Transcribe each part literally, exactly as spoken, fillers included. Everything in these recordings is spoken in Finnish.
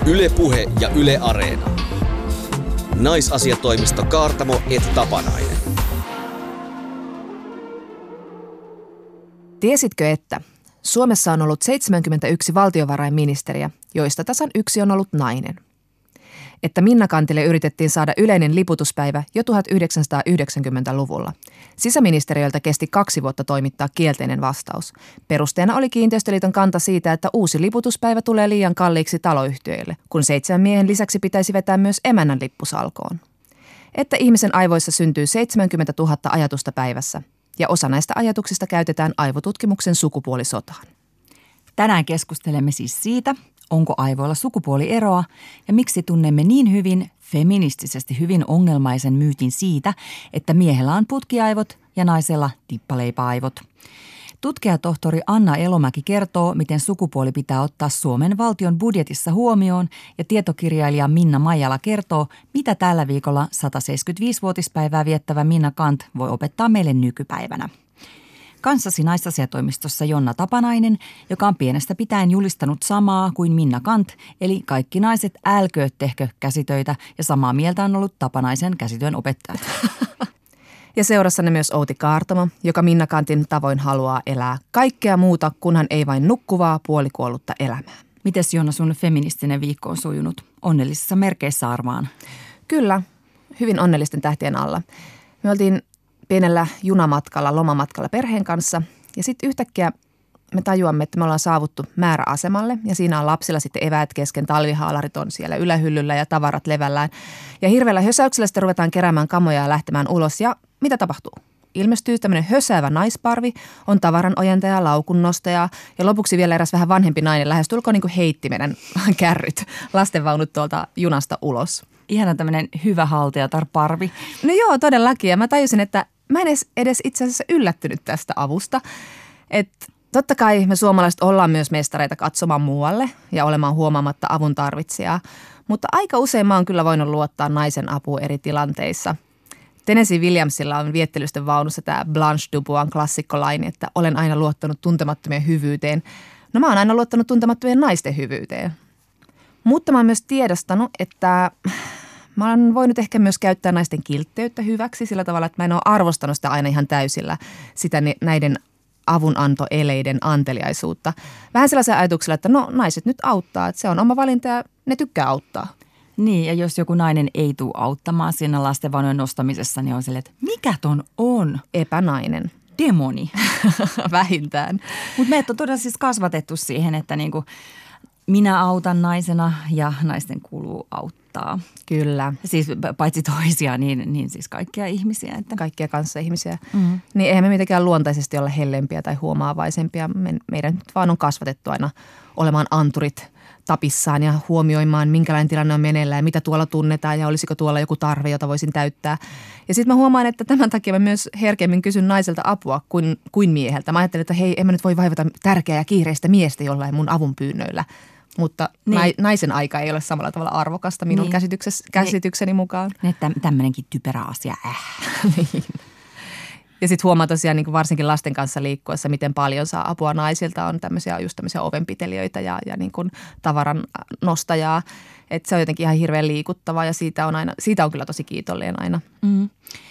Yle Puhe ja Yle Areena. Naisasiatoimisto Kaartamo et Tapanainen. Tiesitkö, että Suomessa on ollut seitsemänkymmentäyksi valtiovarainministeriä, joista tasan yksi on ollut nainen? Että Minna Cantille yritettiin saada yleinen liputuspäivä jo tuhatyhdeksänsataayhdeksänkymmentäluvulla. Sisäministeriöltä kesti kaksi vuotta toimittaa kielteinen vastaus. Perusteena oli Kiinteistöliiton kanta siitä, että uusi liputuspäivä tulee liian kalliiksi taloyhtiöille, kun seitsemän miehen lisäksi pitäisi vetää myös emännän lippusalkoon. Että ihmisen aivoissa syntyy seitsemänkymmentätuhatta ajatusta päivässä, ja osa näistä ajatuksista käytetään aivotutkimuksen sukupuolisotaan. Tänään keskustelemme siis siitä, onko aivoilla sukupuolieroa ja miksi tunnemme niin hyvin feministisesti hyvin ongelmaisen myytin siitä, että miehellä on putkiaivot ja naisella tippaleipäaivot. Tutkijatohtori Anna Elomäki kertoo, miten sukupuoli pitää ottaa Suomen valtion budjetissa huomioon, ja tietokirjailija Minna Maijala kertoo, mitä tällä viikolla sata seitsemänkymmentäviisivuotispäivää viettävä Minna Cant voi opettaa meille nykypäivänä. Kanssasi naisasiatoimistossa Jonna Tapanainen, joka on pienestä pitäen julistanut samaa kuin Minna Cant, eli kaikki naiset älkööt tehkö käsitöitä, ja samaa mieltä on ollut Tapanaisen käsityön opettajat. Ja seurassanne myös Outi Kaartamo, joka Minna Cantin tavoin haluaa elää kaikkea muuta, kunhan ei vain nukkuvaa puolikuollutta elämää. Mites Jonna, sun feministinen viikko on sujunut? Onnellisissa merkeissä arvaan. Kyllä, hyvin onnellisten tähtien alla. Me oltiin pienellä junamatkalla, lomamatkalla perheen kanssa ja sitten yhtäkkiä me tajuamme, että me ollaan saavuttu määräasemalle ja siinä on lapsilla sitten eväät kesken, talvihaalarit on siellä ylähyllyllä ja tavarat levällään. Ja hirveällä hösäyksellä sitten ruvetaan keräämään kamoja ja lähtemään ulos ja mitä tapahtuu? Ilmestyy tämmöinen hösäävä naisparvi, on tavaran ojentaja, laukunnostaja ja lopuksi vielä eräs vähän vanhempi nainen lähestulkoon niin kuin heitti meidän kärryt, lastenvaunut tuolta junasta ulos. Ihana tämmöinen hyvä haltijatar parvi. No joo, todellakin. Ja mä tajusin, että mä en edes, edes itse asiassa yllättynyt tästä avusta. Että totta kai me suomalaiset ollaan myös mestareita katsomaan muualle ja olemaan huomaamatta avun tarvitsijaa. Mutta aika usein mä oon kyllä voinut luottaa naisen apuun eri tilanteissa. Tennessee Williamsilla on viettelysten vaunussa tämä Blanche Dubois klassikkolaini, että olen aina luottanut tuntemattomien hyvyyteen. No mä oon aina luottanut tuntemattomien naisten hyvyyteen. Mutta mä oon myös tiedostanut, että mä oon voinut ehkä myös käyttää naisten kiltteyttä hyväksi sillä tavalla, että mä en ole arvostanut sitä aina ihan täysillä, sitä näiden avunantoeleiden anteliaisuutta. Vähän sellaisen ajatuksella, että no naiset nyt auttaa, että se on oma valinta ja ne tykkää auttaa. Niin, ja jos joku nainen ei tule auttamaan siinä lastenvaunujen nostamisessa, niin on silleen, että mikä ton on? Epänainen. Demoni. Vähintään. Mutta meidät on todella siis kasvatettu siihen, että niinku minä autan naisena ja naisten kuuluu auttaa. Kyllä. Siis paitsi toisia, niin, niin siis kaikkia ihmisiä. Että. Kaikkia kanssaihmisiä. Mm-hmm. Niin eihän me mitenkään luontaisesti olla hellempiä tai huomaavaisempia. Me, meidän nyt vaan on kasvatettu aina olemaan anturit tapissaan ja huomioimaan, minkälainen tilanne on meneillään ja mitä tuolla tunnetaan ja olisiko tuolla joku tarve, jota voisin täyttää. Ja sitten mä huomaan, että tämän takia mä myös herkemmin kysyn naiselta apua kuin, kuin mieheltä. Mä ajattelen, että hei, en mä nyt voi vaivata tärkeää ja kiireistä miestä jollain mun avun pyynnöillä. Mutta niin. Naisen aika ei ole samalla tavalla arvokasta minun niin. käsitykseni mukaan. Että tämmöinenkin typerä asia, äh. niin. Ja sitten huomaa tosiaan niin kuin varsinkin lasten kanssa liikkuessa, miten paljon saa apua naisilta. On tämmöisiä just tämmöisiä ovenpitelijöitä ja, ja niin kuin tavaran nostajaa. Että se on jotenkin ihan hirveän liikuttavaa ja siitä on, aina, siitä on kyllä tosi kiitollinen aina. Mm.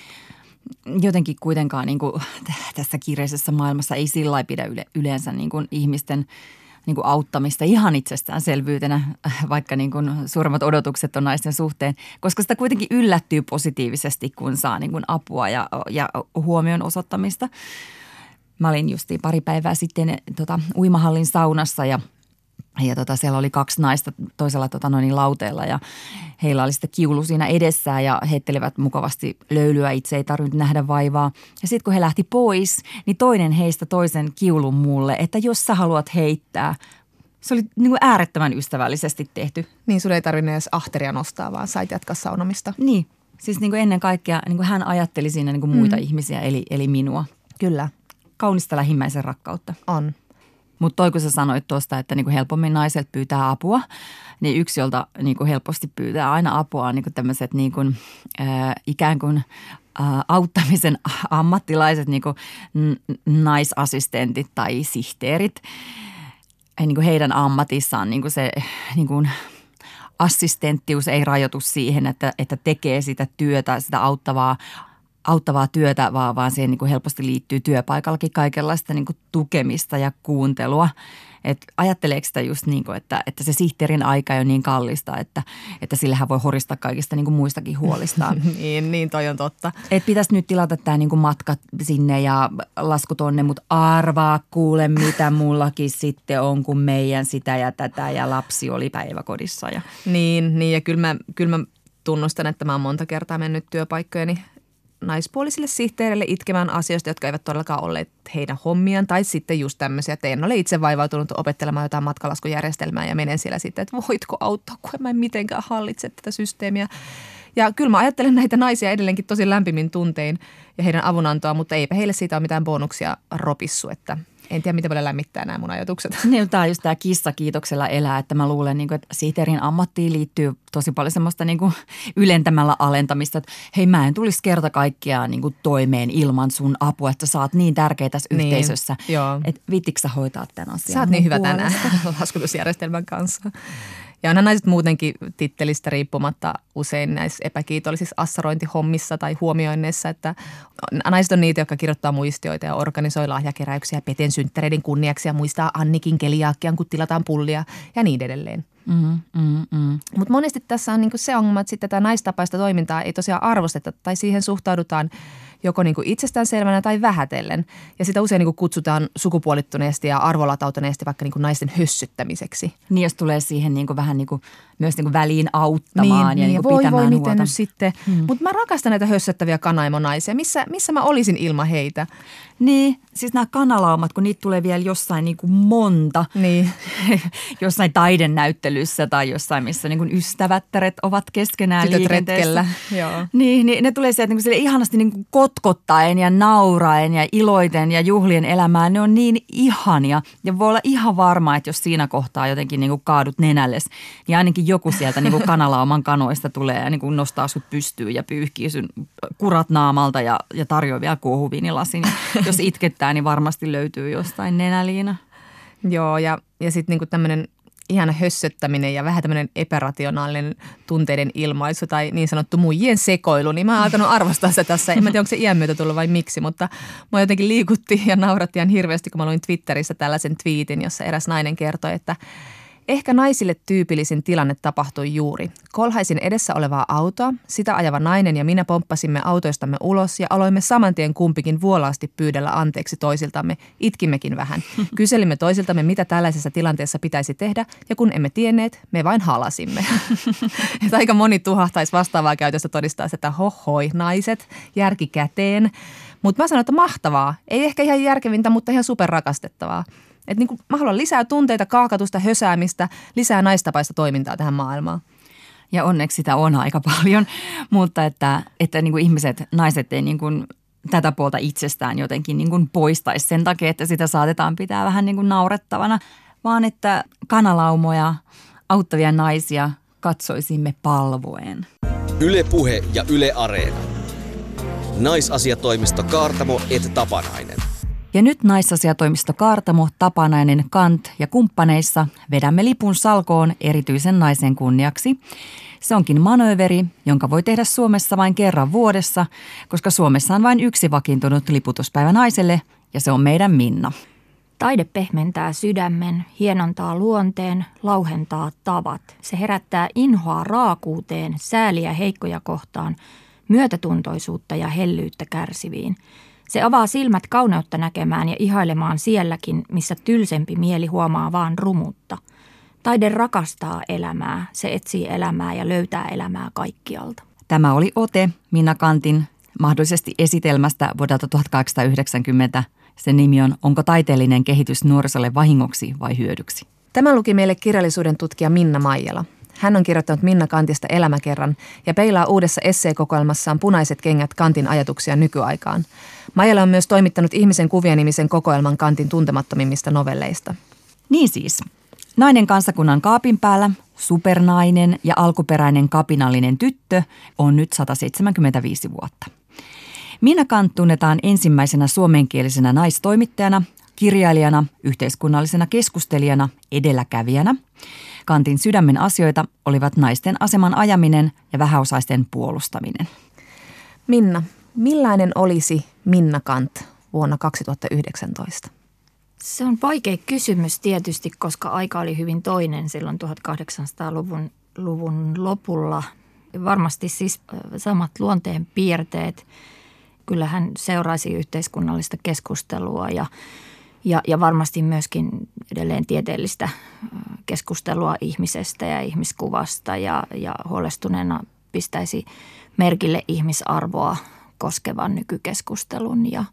Jotenkin kuitenkaan niin kuin tässä kiireisessä maailmassa ei sillä lailla pidä yle, yleensä niin kuin ihmisten niin kuin auttamista ihan itsestäänselvyytenä, vaikka niin kuin suuremmat odotukset on naisten suhteen, koska sitä kuitenkin yllättyy positiivisesti, kun saa niin kuin apua ja, ja huomion osoittamista. Mä olin justiin pari päivää sitten tota, uimahallin saunassa ja Ja tota, siellä oli kaksi naista toisella tota, noin lauteella ja heillä oli sitten kiulu siinä edessään ja heittelivät mukavasti löylyä. Itse ei tarvinnut nähdä vaivaa. Ja sitten kun he lähti pois, niin toinen heistä toisen kiulun mulle, että jos sä haluat heittää. Se oli niin kuin äärettömän ystävällisesti tehty. Niin, sun ei tarvinnut edes ahteria nostaa, vaan sait jatkaa saunomista. Niin, siis niin kuin ennen kaikkea niin kuin hän ajatteli siinä niin kuin muita mm. ihmisiä, eli, eli minua. Kyllä. Kaunista lähimmäisen rakkautta. On. Mutta toi kun sä sanoit tuosta, että niinku helpommin naiselta pyytää apua, niin yksi, jolta niinku helposti pyytää aina apua on niinku tämmöiset niinku, äh, ikään kuin äh, auttamisen ammattilaiset, niinku n- naisassistentit tai sihteerit. Niinku heidän ammatissaan niinku se niinku assistenttius ei rajoitu siihen, että, että tekee sitä työtä, sitä auttavaa, auttavaa työtä, vaan, vaan siihen niin kuin helposti liittyy työpaikallakin kaikenlaista niin kuin tukemista ja kuuntelua. Et ajatteleeko sitä just niin kuin, että, että se sihteerin aika on niin kallista, että, että sillähän voi horistaa kaikista niin kuin muistakin huolistaan. niin, niin toi on totta. Et pitäisi nyt tilata tämä niin kuin matka sinne ja lasku tonne, mutta arvaa kuule mitä mullakin sitten on, kun meidän sitä ja tätä ja lapsi oli päiväkodissa. Ja. Niin, niin, ja kyllä mä, kyllä mä tunnustan, että mä oon monta kertaa mennyt työpaikkojeni naispuolisille sihteereille itkemään asioista, jotka eivät todellakaan olleet heidän hommiaan. Tai sitten just tämmöisiä, että en ole itse vaivautunut opettelemaan jotain matkalaskujärjestelmää ja menen siellä sitten, että voitko auttaa, kun en mä mitenkään hallitse tätä systeemiä. Ja kyllä mä ajattelen näitä naisia edelleenkin tosi lämpimin tuntein ja heidän avunantoa, mutta eipä heille siitä ole mitään bonuksia ropissu, että en tiedä, miten paljon lämmittää nämä mun ajatukset. Niin, tämä on just tämä kissa kiitoksella elää, että mä luulen, että sihteerin ammattiin liittyy tosi paljon semmoista niin kuin ylentämällä alentamista, että hei mä en tulisi kerta kaikkiaan niin kuin toimeen ilman sun apua, että sä oot niin tärkeä tässä niin, yhteisössä. Että viittikö sä hoitaa tämän asian? Sä oot niin hyvä tänään laskutusjärjestelmän kanssa. Ja onhan naiset muutenkin tittelistä riippumatta usein näissä epäkiitollisissa assarointihommissa tai huomioinneissa, että naiset on niitä, jotka kirjoittaa muistioita ja organisoi lahjakeräyksiä Peten synttäreiden kunniaksi ja muistaa Annikin keliaakkian, kun tilataan pullia ja niin edelleen. Mm, mm, mm. Mutta monesti tässä on niinku se ongelma, että sitten tätä naistapaista toimintaa ei tosiaan arvosteta tai siihen suhtaudutaan joko niinku itsestäänselvänä tai vähätellen. Ja sitä usein niinku kutsutaan sukupuolittuneesti ja arvolatautuneesti vaikka niinku naisten hössyttämiseksi. Niin, jos tulee siihen niinku vähän niinku, myös niinku väliin auttamaan niin, ja niin, niinku voi, pitämään voi, huolta. miten nyt sitten. Hmm. Mutta mä rakastan näitä hössöttäviä kanaimonaisia. Missä, missä mä olisin ilman heitä? Niin, siis nämä kanalaumat, kun niitä tulee vielä jossain niinku monta. Niin. jossain taidennäyttelyssä tai jossain, missä niinku ystävättäret ovat keskenään Tytöt liikenteessä. retkellä. Joo. Niin, niin, ne tulee sieltä niinku sille ihanasti niinku kotkottaen ja nauraen ja iloiten ja juhlien elämään. Ne on niin ihania ja voi olla ihan varma, että jos siinä kohtaa jotenkin niinku kaadut nenälles, niin ainakin joku sieltä niinku kanalauman kanoista tulee ja niinku nostaa sut pystyyn ja pyyhkii sun kurat naamalta ja, ja tarjoaa vielä kuohuviinilasin. Jos itkettää, niin varmasti löytyy jostain nenäliina. Joo, ja, ja sitten niinku tämmöinen ihana hössöttäminen ja vähän tämmöinen epärationaalinen tunteiden ilmaisu tai niin sanottu muijien sekoilu, niin mä oon alkanut arvostaa sitä tässä. En mä tiedä, onko se iän myötä tullut vai miksi, mutta mua jotenkin liikutti ja nauratti ihan hirveästi, kun mä luin Twitterissä tällaisen twiitin, jossa eräs nainen kertoi, että ehkä naisille tyypillisin tilanne tapahtui juuri. Kolhaisin edessä olevaa autoa, sitä ajava nainen ja minä pomppasimme autoistamme ulos ja aloimme samantien kumpikin vuolaasti pyydellä anteeksi toisiltamme. Itkimmekin vähän. Kyselimme toisiltamme, mitä tällaisessa tilanteessa pitäisi tehdä ja kun emme tienneet, me vain halasimme. Että aika moni tuhahtaisi vastaavaa käytöstä todistaa, että hohoi naiset, järki käteen. Mutta mä sanon, että mahtavaa. Ei ehkä ihan järkevintä, mutta ihan superrakastettavaa. Että niin kuin mä haluan lisää tunteita, kaakatusta, hösäämistä, lisää naistapaista toimintaa tähän maailmaan. Ja onneksi sitä on aika paljon, mutta että, että niin kuin ihmiset, naiset ei niin kuin tätä puolta itsestään jotenkin niin kuin poistaisi sen takia, että sitä saatetaan pitää vähän niin kuin naurettavana, vaan että kanalaumoja, auttavia naisia katsoisimme palvoen. Yle Puhe ja Yle Areena. Naisasiatoimisto Kaartamo et Tapanainen. Ja nyt naisasiatoimisto Kaartamo, Tapanainen, Kant ja kumppaneissa vedämme lipun salkoon erityisen naisen kunniaksi. Se onkin manööveri, jonka voi tehdä Suomessa vain kerran vuodessa, koska Suomessa on vain yksi vakiintunut liputuspäivä naiselle ja se on meidän Minna. Taide pehmentää sydämen, hienontaa luonteen, lauhentaa tavat. Se herättää inhoa raakuuteen, sääliä heikkoja kohtaan, myötätuntoisuutta ja hellyyttä kärsiviin. Se avaa silmät kauneutta näkemään ja ihailemaan sielläkin, missä tylsempi mieli huomaa vaan rumutta. Taide rakastaa elämää, se etsii elämää ja löytää elämää kaikkialta. Tämä oli ote Minna Kantin mahdollisesti esitelmästä vuodelta tuhatkahdeksansataayhdeksänkymmentä. Sen nimi on Onko taiteellinen kehitys nuorisolle vahingoksi vai hyödyksi? Tämä luki meille kirjallisuuden tutkija Minna Maijala. Hän on kirjoittanut Minna Kantista elämäkerran ja peilaa uudessa esseekokoelmassaan Punaiset kengät Kantin ajatuksia nykyaikaan. Maijala on myös toimittanut Ihmisen kuvia -nimisen kokoelman Kantin tuntemattomimmista novelleista. Niin siis. Nainen kansakunnan kaapin päällä, supernainen ja alkuperäinen kapinallinen tyttö on nyt sata seitsemänkymmentäviisi vuotta. Minna Kant tunnetaan ensimmäisenä suomenkielisenä naistoimittajana, Kirjailijana, yhteiskunnallisena keskustelijana, edelläkävijänä. Kantin sydämen asioita olivat naisten aseman ajaminen ja vähäosaisten puolustaminen. Minna, millainen olisi Minna Kant vuonna kaksituhattayhdeksäntoista? Se on vaikea kysymys tietysti, koska aika oli hyvin toinen silloin tuhatkahdeksansataaluvun luvun lopulla. Varmasti siis samat luonteen piirteet. Kyllä hän seuraisi yhteiskunnallista keskustelua ja, ja, ja varmasti myöskin edelleen tieteellistä keskustelua ihmisestä ja ihmiskuvasta ja, ja huolestuneena pistäisi merkille ihmisarvoa koskevan nykykeskustelun ja,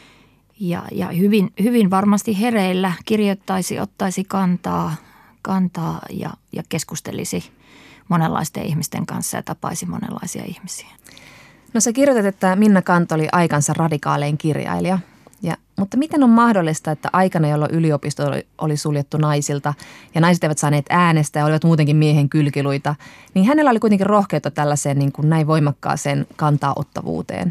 ja, ja hyvin, hyvin varmasti hereillä kirjoittaisi, ottaisi kantaa, kantaa ja, ja keskustelisi monenlaisten ihmisten kanssa ja tapaisi monenlaisia ihmisiä. No sä kirjoitat, että Minna Kant oli aikansa radikaalein kirjailija. Ja, mutta miten on mahdollista, että aikana, jolloin yliopisto oli, oli suljettu naisilta ja naiset eivät saaneet äänestä ja olivat muutenkin miehen kylkiluita, niin hänellä oli kuitenkin rohkeutta tällaiseen niin kuin näin voimakkaaseen kantaa-ottavuuteen?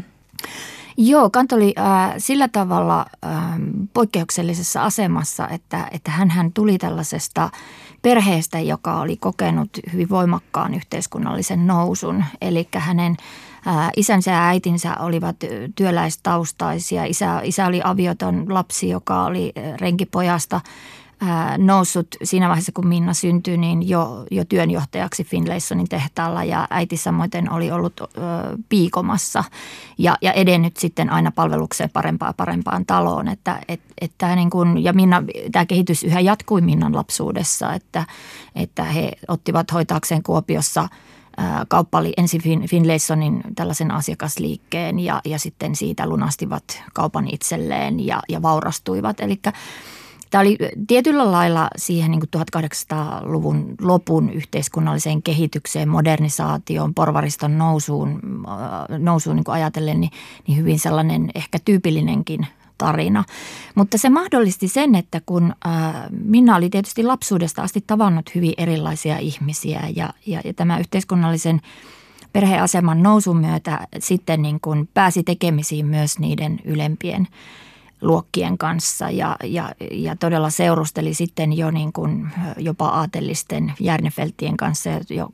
Joo, Kant oli äh, sillä tavalla äh, poikkeuksellisessa asemassa, että, että hän tuli tällaisesta perheestä, joka oli kokenut hyvin voimakkaan yhteiskunnallisen nousun. Eli hänen äh, isänsä ja äitinsä olivat työläistaustaisia. Isä, isä oli avioton lapsi, joka oli renkipojasta äh, noussut siinä vaiheessa, kun Minna syntyi, niin jo, jo työnjohtajaksi Finlaysonin tehtaalla ja äiti samoin oli ollut äh, piikomassa ja, ja edennyt sitten aina palvelukseen parempaan parempaan taloon. Että, et, et tämä niin kuin, ja Minna, tämä kehitys yhä jatkui Minnan lapsuudessa, että, että he ottivat hoitaakseen Kuopiossa kauppali ensin Finlaysonin tällaisen asiakasliikkeen ja, ja sitten siitä lunastivat kaupan itselleen ja, ja vaurastuivat. Eli tämä oli tietyllä lailla siihen niin kuin tuhatkahdeksansataaluvun lopun yhteiskunnalliseen kehitykseen, modernisaatioon, porvariston nousuun, nousuun niin kuin ajatellen, niin, niin hyvin sellainen ehkä tyypillinenkin tarina. Mutta se mahdollisti sen, että kun äh, Minna oli tietysti lapsuudesta asti tavannut hyvin erilaisia ihmisiä ja, ja, ja tämä yhteiskunnallisen perheaseman nousun myötä sitten niin kuin pääsi tekemisiin myös niiden ylempien luokkien kanssa ja, ja, ja todella seurusteli sitten jo niin kuin jopa aatellisten Järnefeltien kanssa jo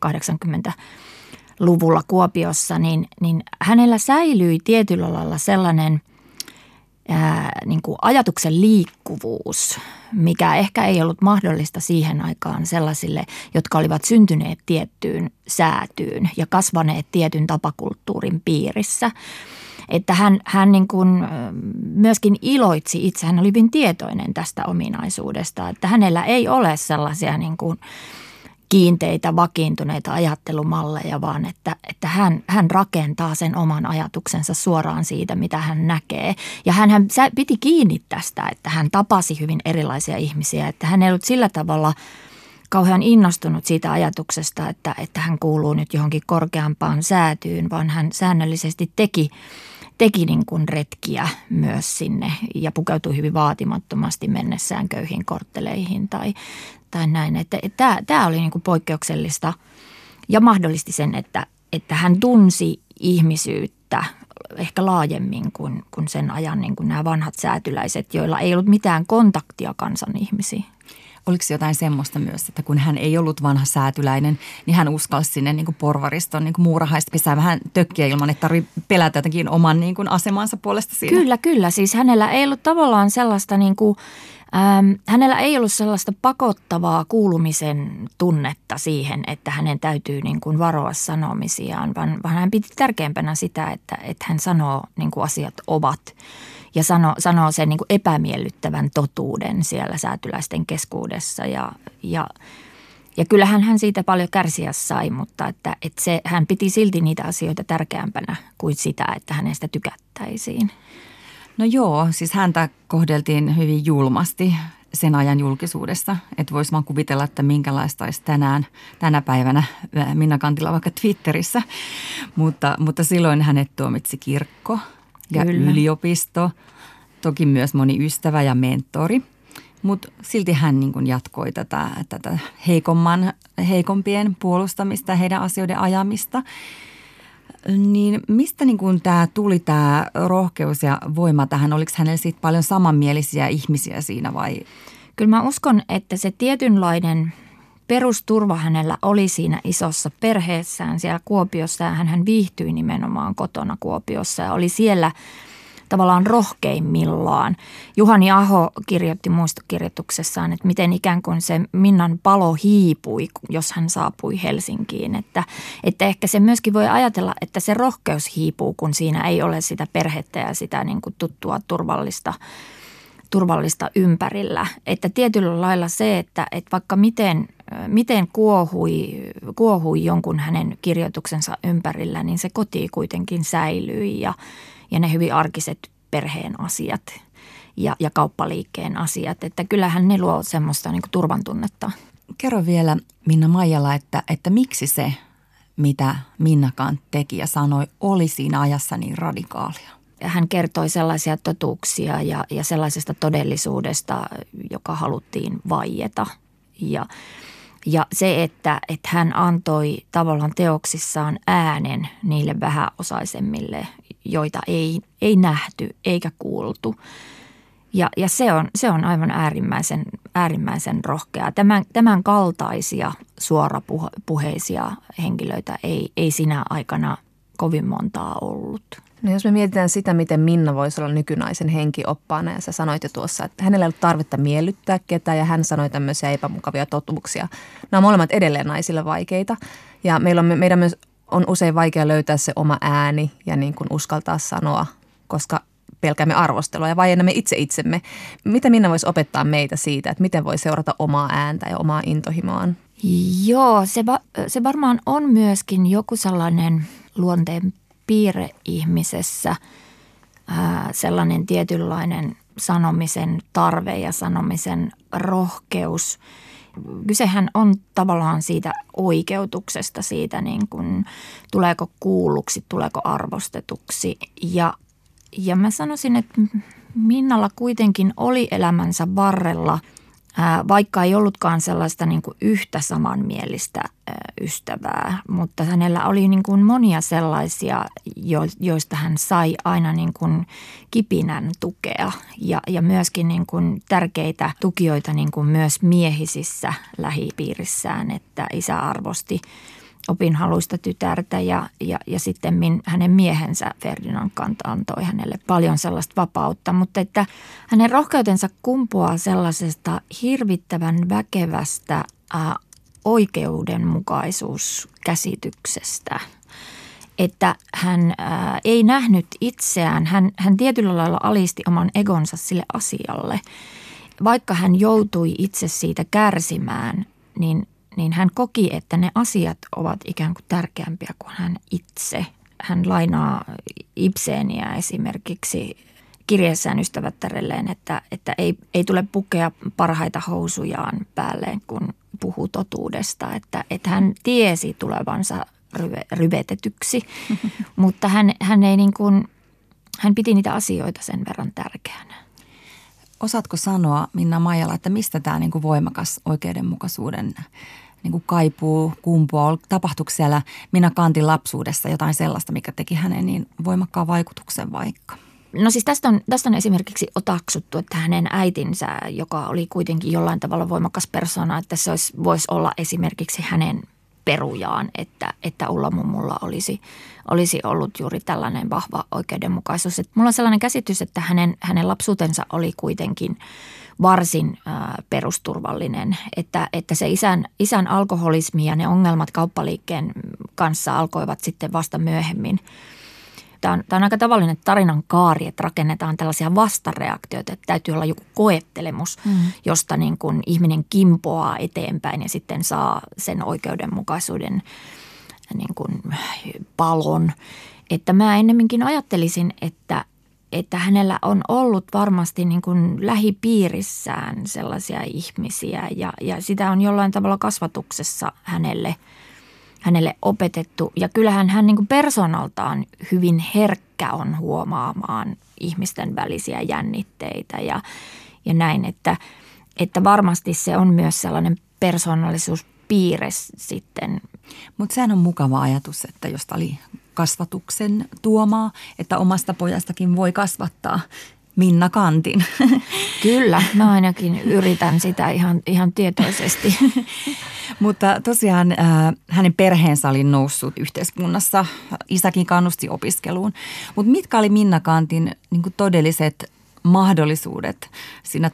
kahdeksankymmentäluvulla Kuopiossa, niin, niin hänellä säilyi tietyllä lailla sellainen ää, niin kuin ajatuksen liikkuvuus, mikä ehkä ei ollut mahdollista siihen aikaan sellaisille, jotka olivat syntyneet tiettyyn säätyyn ja kasvaneet tietyn tapakulttuurin piirissä. Että hän, hän niin kuin myöskin iloitsi itse, hän oli hyvin tietoinen tästä ominaisuudesta, että hänellä ei ole sellaisia niin kuin kiinteitä, vakiintuneita ajattelumalleja, vaan että, että hän, hän rakentaa sen oman ajatuksensa suoraan siitä, mitä hän näkee. Ja hän, hän piti kiinni tästä, että hän tapasi hyvin erilaisia ihmisiä, että hän ei ollut sillä tavalla kauhean innostunut siitä ajatuksesta, että, että hän kuuluu nyt johonkin korkeampaan säätyyn, vaan hän säännöllisesti teki teki niin kuin retkiä myös sinne ja pukeutui hyvin vaatimattomasti mennessään köyhiin kortteleihin tai, tai näin. Että, että tämä oli niin kuin poikkeuksellista ja mahdollisti sen, että, että hän tunsi ihmisyyttä ehkä laajemmin kuin, kuin sen ajan niin kuin nämä vanhat säätyläiset, joilla ei ollut mitään kontaktia kansan ihmisiin. Oliko jotain semmoista myös, että kun hän ei ollut vanha säätyläinen, niin hän uskalsi sinne niin kuin porvariston niin kuin muurahaista pesää vähän tökkiä ilman, että tarvitsee pelätä jotenkin oman niin kuin asemansa puolesta siinä? Kyllä, kyllä. Siis hänellä ei ollut tavallaan sellaista, niin kuin, ähm, hänellä ei ollut sellaista pakottavaa kuulumisen tunnetta siihen, että hänen täytyy niin kuin varoa sanomisiaan, vaan, vaan hän piti tärkeämpänä sitä, että, että hän sanoo niin kuin asiat ovat. Ja sanoo, sanoo sen niin kuin epämiellyttävän totuuden siellä säätyläisten keskuudessa ja, ja, ja kyllähän hän siitä paljon kärsiä sai, mutta että, että se, hän piti silti niitä asioita tärkeämpänä kuin sitä, että hänestä tykättäisiin. No joo, siis häntä kohdeltiin hyvin julmasti sen ajan julkisuudessa, että voisi vaan kuvitella, että minkälaista olisi tänään, tänä päivänä Minna Kantilla vaikka Twitterissä, mutta, mutta silloin hänet tuomitsi kirkko. Ja Kyllä. yliopisto, toki myös moni ystävä ja mentori, mutta silti hän niin kuin jatkoi tätä, tätä heikomman, heikompien puolustamista, heidän asioiden ajamista. Niin mistä niin kun tämä tuli tämä rohkeus ja voima tähän? Oliko hänellä sitten paljon samanmielisiä ihmisiä siinä vai? Kyllä mä uskon, että se tietynlainen perusturva hänellä oli siinä isossa perheessään siellä Kuopiossa. Ja hän viihtyi nimenomaan kotona Kuopiossa ja oli siellä tavallaan rohkeimmillaan. Juhani Aho kirjoitti muistokirjoituksessaan, että miten ikään kuin se Minnan palo hiipui, jos hän saapui Helsinkiin. Että, että ehkä se myöskin voi ajatella, että se rohkeus hiipuu, kun siinä ei ole sitä perhettä ja sitä niin kuin tuttua turvallista, turvallista ympärillä. Että tietyllä lailla se, että, että vaikka miten, miten kuohui, kuohui jonkun hänen kirjoituksensa ympärillä, niin se koti kuitenkin säilyi ja Ja ne hyvin arkiset perheen asiat ja, ja kauppaliikkeen asiat. Että kyllähän ne luo semmoista niin kuin turvan tunnetta. Kerro vielä Minna Maijala, että, että miksi se, mitä Minna Canth teki ja sanoi, oli siinä ajassa niin radikaalia? Hän kertoi sellaisia totuuksia ja, ja sellaisesta todellisuudesta, joka haluttiin vaieta. Ja, ja se, että, että hän antoi tavallaan teoksissaan äänen niille vähäosaisemmille, joita ei, ei nähty eikä kuultu. Ja, ja se, on, se on aivan äärimmäisen, äärimmäisen rohkeaa. Tämän, tämän kaltaisia suorapuheisia henkilöitä ei, ei sinä aikana kovin montaa ollut. No jos me mietitään sitä, miten Minna voisi olla nykynaisen henkioppaana ja sä sanoit jo tuossa, että hänellä ei ollut tarvetta miellyttää ketään ja hän sanoi tämmöisiä epämukavia totuuksia. Nämä on molemmat edelleen naisille vaikeita ja meillä on, meidän myös on usein vaikea löytää se oma ääni ja niin kuin uskaltaa sanoa, koska pelkäämme arvostelua ja vaiennamme itse itsemme. Mitä Minna voisi opettaa meitä siitä, että miten voi seurata omaa ääntä ja omaa intohimoaan? Joo, se, va- se varmaan on myöskin joku sellainen luonteen piirre ihmisessä, ää, sellainen tietynlainen sanomisen tarve ja sanomisen rohkeus. Kysehän on tavallaan siitä oikeutuksesta, siitä niin kuin tuleeko kuulluksi, tuleeko arvostetuksi. Ja, ja mä sanoisin, että Minnalla kuitenkin oli elämänsä varrella, ää, vaikka ei ollutkaan sellaista niin kuin yhtä samanmielistä ää, ystävää, mutta hänellä oli niin kuin monia sellaisia, jo, joista hän sai aina niin kuin kipinän tukea ja, ja myöskin niin kuin tärkeitä tukijoita niin kuin myös miehisissä lähipiirissään, että isä arvosti opinhaluista tytärtä ja, ja, ja sitten hänen miehensä Ferdinand Canth antoi hänelle paljon sellaista vapautta, mutta että hänen rohkeutensa kumpuaa sellaisesta hirvittävän väkevästä ää, oikeudenmukaisuuskäsityksestä, että hän ää, ei nähnyt itseään, hän, hän tietyllä lailla alisti oman egonsa sille asialle. Vaikka hän joutui itse siitä kärsimään, niin niin hän koki, että ne asiat ovat ikään kuin tärkeämpiä kuin hän itse. Hän lainaa Ibseniä esimerkiksi kirjeessään ystävättärelleen, että, että ei, ei tule pukea parhaita housujaan päälleen, kun puhuu totuudesta. Että, että hän tiesi tulevansa ryve, ryvetetyksi, mutta hän, hän, ei niin kuin, hän piti niitä asioita sen verran tärkeänä. Osaatko sanoa, Minna Maijala, että mistä tämä niin kuin voimakas oikeudenmukaisuuden niin kuin kaipuu, kumpuaa? Tapahtuiko siellä Minna Canthin lapsuudessa jotain sellaista, mikä teki hänen niin voimakkaan vaikutuksen vaikka? No siis tästä on, tästä on esimerkiksi otaksuttu, että hänen äitinsä, joka oli kuitenkin jollain tavalla voimakas persona, että se olisi, voisi olla esimerkiksi hänen perujaan, että, että Ulla mummulla olisi, olisi ollut juuri tällainen vahva oikeudenmukaisuus. Että mulla on sellainen käsitys, että hänen, hänen lapsuutensa oli kuitenkin varsin ää, perusturvallinen, että, että se isän, isän alkoholismi ja ne ongelmat kauppaliikkeen kanssa alkoivat sitten vasta myöhemmin. Tämä on, tämä on aika tavallinen tarinan kaari, että rakennetaan tällaisia vastareaktioita, että täytyy olla joku koettelemus, mm. josta niin kuin ihminen kimpoaa eteenpäin ja sitten saa sen oikeudenmukaisuuden niin kuin palon. Että mä ennemminkin ajattelisin, että, että hänellä on ollut varmasti niin kuin lähipiirissään sellaisia ihmisiä ja, ja sitä on jollain tavalla kasvatuksessa hänelle hänelle opetettu. Ja kyllähän hän niin kuin persoonaltaan hyvin herkkä on huomaamaan ihmisten välisiä jännitteitä ja, ja näin, että, että varmasti se on myös sellainen persoonallisuuspiirre sitten Mutta sehän on mukava ajatus, että josta oli kasvatuksen tuomaa, että omasta pojastakin voi kasvattaa Minna Kantin. Kyllä, mä ainakin yritän sitä ihan, ihan tietoisesti. Mutta tosiaan äh, hänen perheensä oli noussut yhteiskunnassa, isäkin kannusti opiskeluun. Mutta mitkä oli Minna Kantin niin kuin todelliset mahdollisuudet siinä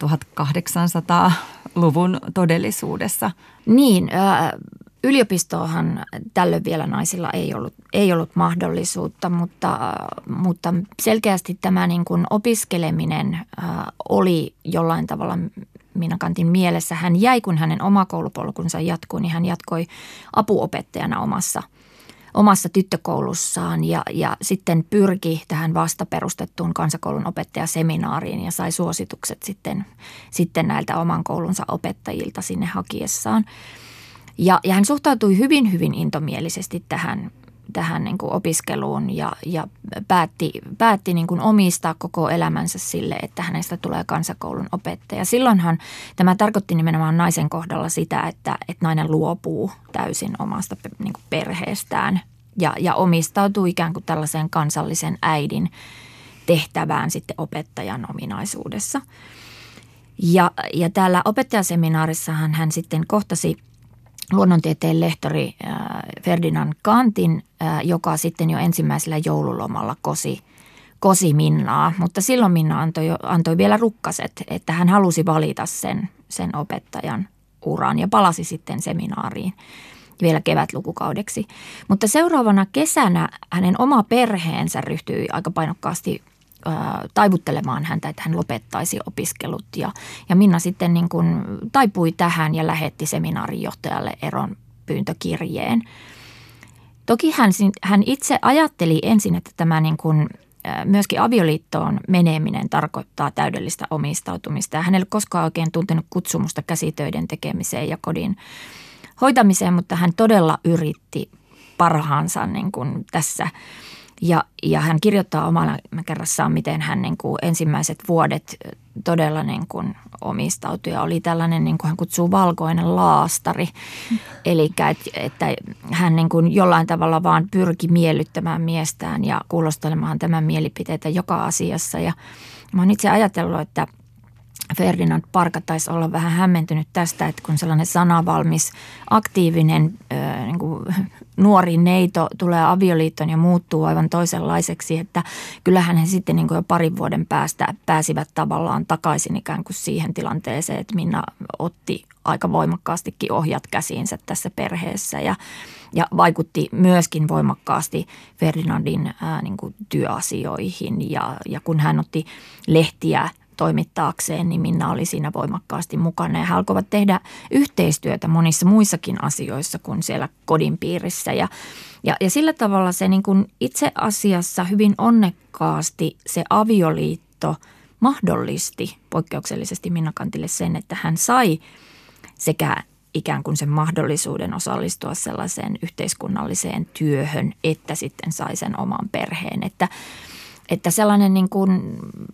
tuhatkahdeksansataaluvun todellisuudessa? Niin, äh, yliopistoahan tällöin vielä naisilla ei ollut, ei ollut mahdollisuutta, mutta, mutta selkeästi tämä niin kuin opiskeleminen äh, oli jollain tavalla Minna Kantin mielessä. Hän jäi, kun hänen oma koulupolkunsa jatkui, niin hän jatkoi apuopettajana omassa, omassa tyttökoulussaan ja, ja sitten pyrki tähän vasta perustettuun kansakoulun opettajaseminaariin ja sai suositukset sitten, sitten näiltä oman koulunsa opettajilta sinne hakiessaan. Ja, ja hän suhtautui hyvin, hyvin intomielisesti tähän, tähän niin kuin opiskeluun ja, ja päätti, päätti niin kuin omistaa koko elämänsä sille, että hänestä tulee kansakoulun opettaja. Silloinhan tämä tarkoitti nimenomaan naisen kohdalla sitä, että, että nainen luopuu täysin omasta niin kuin perheestään ja, ja omistautuu ikään kuin tällaiseen kansallisen äidin tehtävään sitten opettajan ominaisuudessa. Ja, ja täällä opettajaseminaarissahan hän sitten kohtasi luonnontieteen lehtori Ferdinand Kantin, joka sitten jo ensimmäisellä joululomalla kosi, kosi Minnaa. Mutta silloin Minna antoi, antoi vielä rukkaset, että hän halusi valita sen, sen opettajan uran ja palasi sitten seminaariin vielä kevätlukukaudeksi. Mutta seuraavana kesänä hänen oma perheensä ryhtyi aika painokkaasti taivuttelemaan häntä, että hän lopettaisi opiskelut. Ja, ja Minna sitten niin kuin taipui tähän ja lähetti seminaarin johtajalle eron pyyntökirjeen. Toki hän, hän itse ajatteli ensin, että tämä niin kuin myöskin avioliittoon meneminen tarkoittaa täydellistä omistautumista. Ja hän ei ole koskaan oikein tuntenut kutsumusta käsitöiden tekemiseen ja kodin hoitamiseen, mutta hän todella yritti parhaansa niin kuin tässä. Ja, ja hän kirjoittaa omalla kerrassaan, miten hän niin kuin ensimmäiset vuodet todella niin kuin omistautui ja oli tällainen, niin kuin hän kutsuu, valkoinen laastari. Mm. Eli että, että hän niin kuin jollain tavalla vaan pyrki miellyttämään miestään ja kuulostelemaan tämän mielipiteitä joka asiassa. Ja mä oon itse ajatellut, että Ferdinand Parka taisi olla vähän hämmentynyt tästä, että kun sellainen sanavalmis, aktiivinen äh, niin kuin nuori neito tulee avioliittoon ja muuttuu aivan toisenlaiseksi, että kyllähän he sitten niin kuin jo parin vuoden päästä pääsivät tavallaan takaisin ikään kuin siihen tilanteeseen, että Minna otti aika voimakkaastikin ohjat käsiinsä tässä perheessä ja, ja vaikutti myöskin voimakkaasti Ferdinandin ää, niin kuin työasioihin ja, ja kun hän otti lehtiä toimittaakseen, niin Minna oli siinä voimakkaasti mukana ja he alkoivat tehdä yhteistyötä monissa muissakin asioissa kuin siellä kodin piirissä. Ja, ja, ja sillä tavalla se niin kuin itse asiassa hyvin onnekkaasti se avioliitto mahdollisti poikkeuksellisesti Minna Kantille sen, että hän sai sekä ikään kuin sen mahdollisuuden osallistua sellaiseen yhteiskunnalliseen työhön, että sitten sai sen oman perheen. Että, että sellainen niin kuin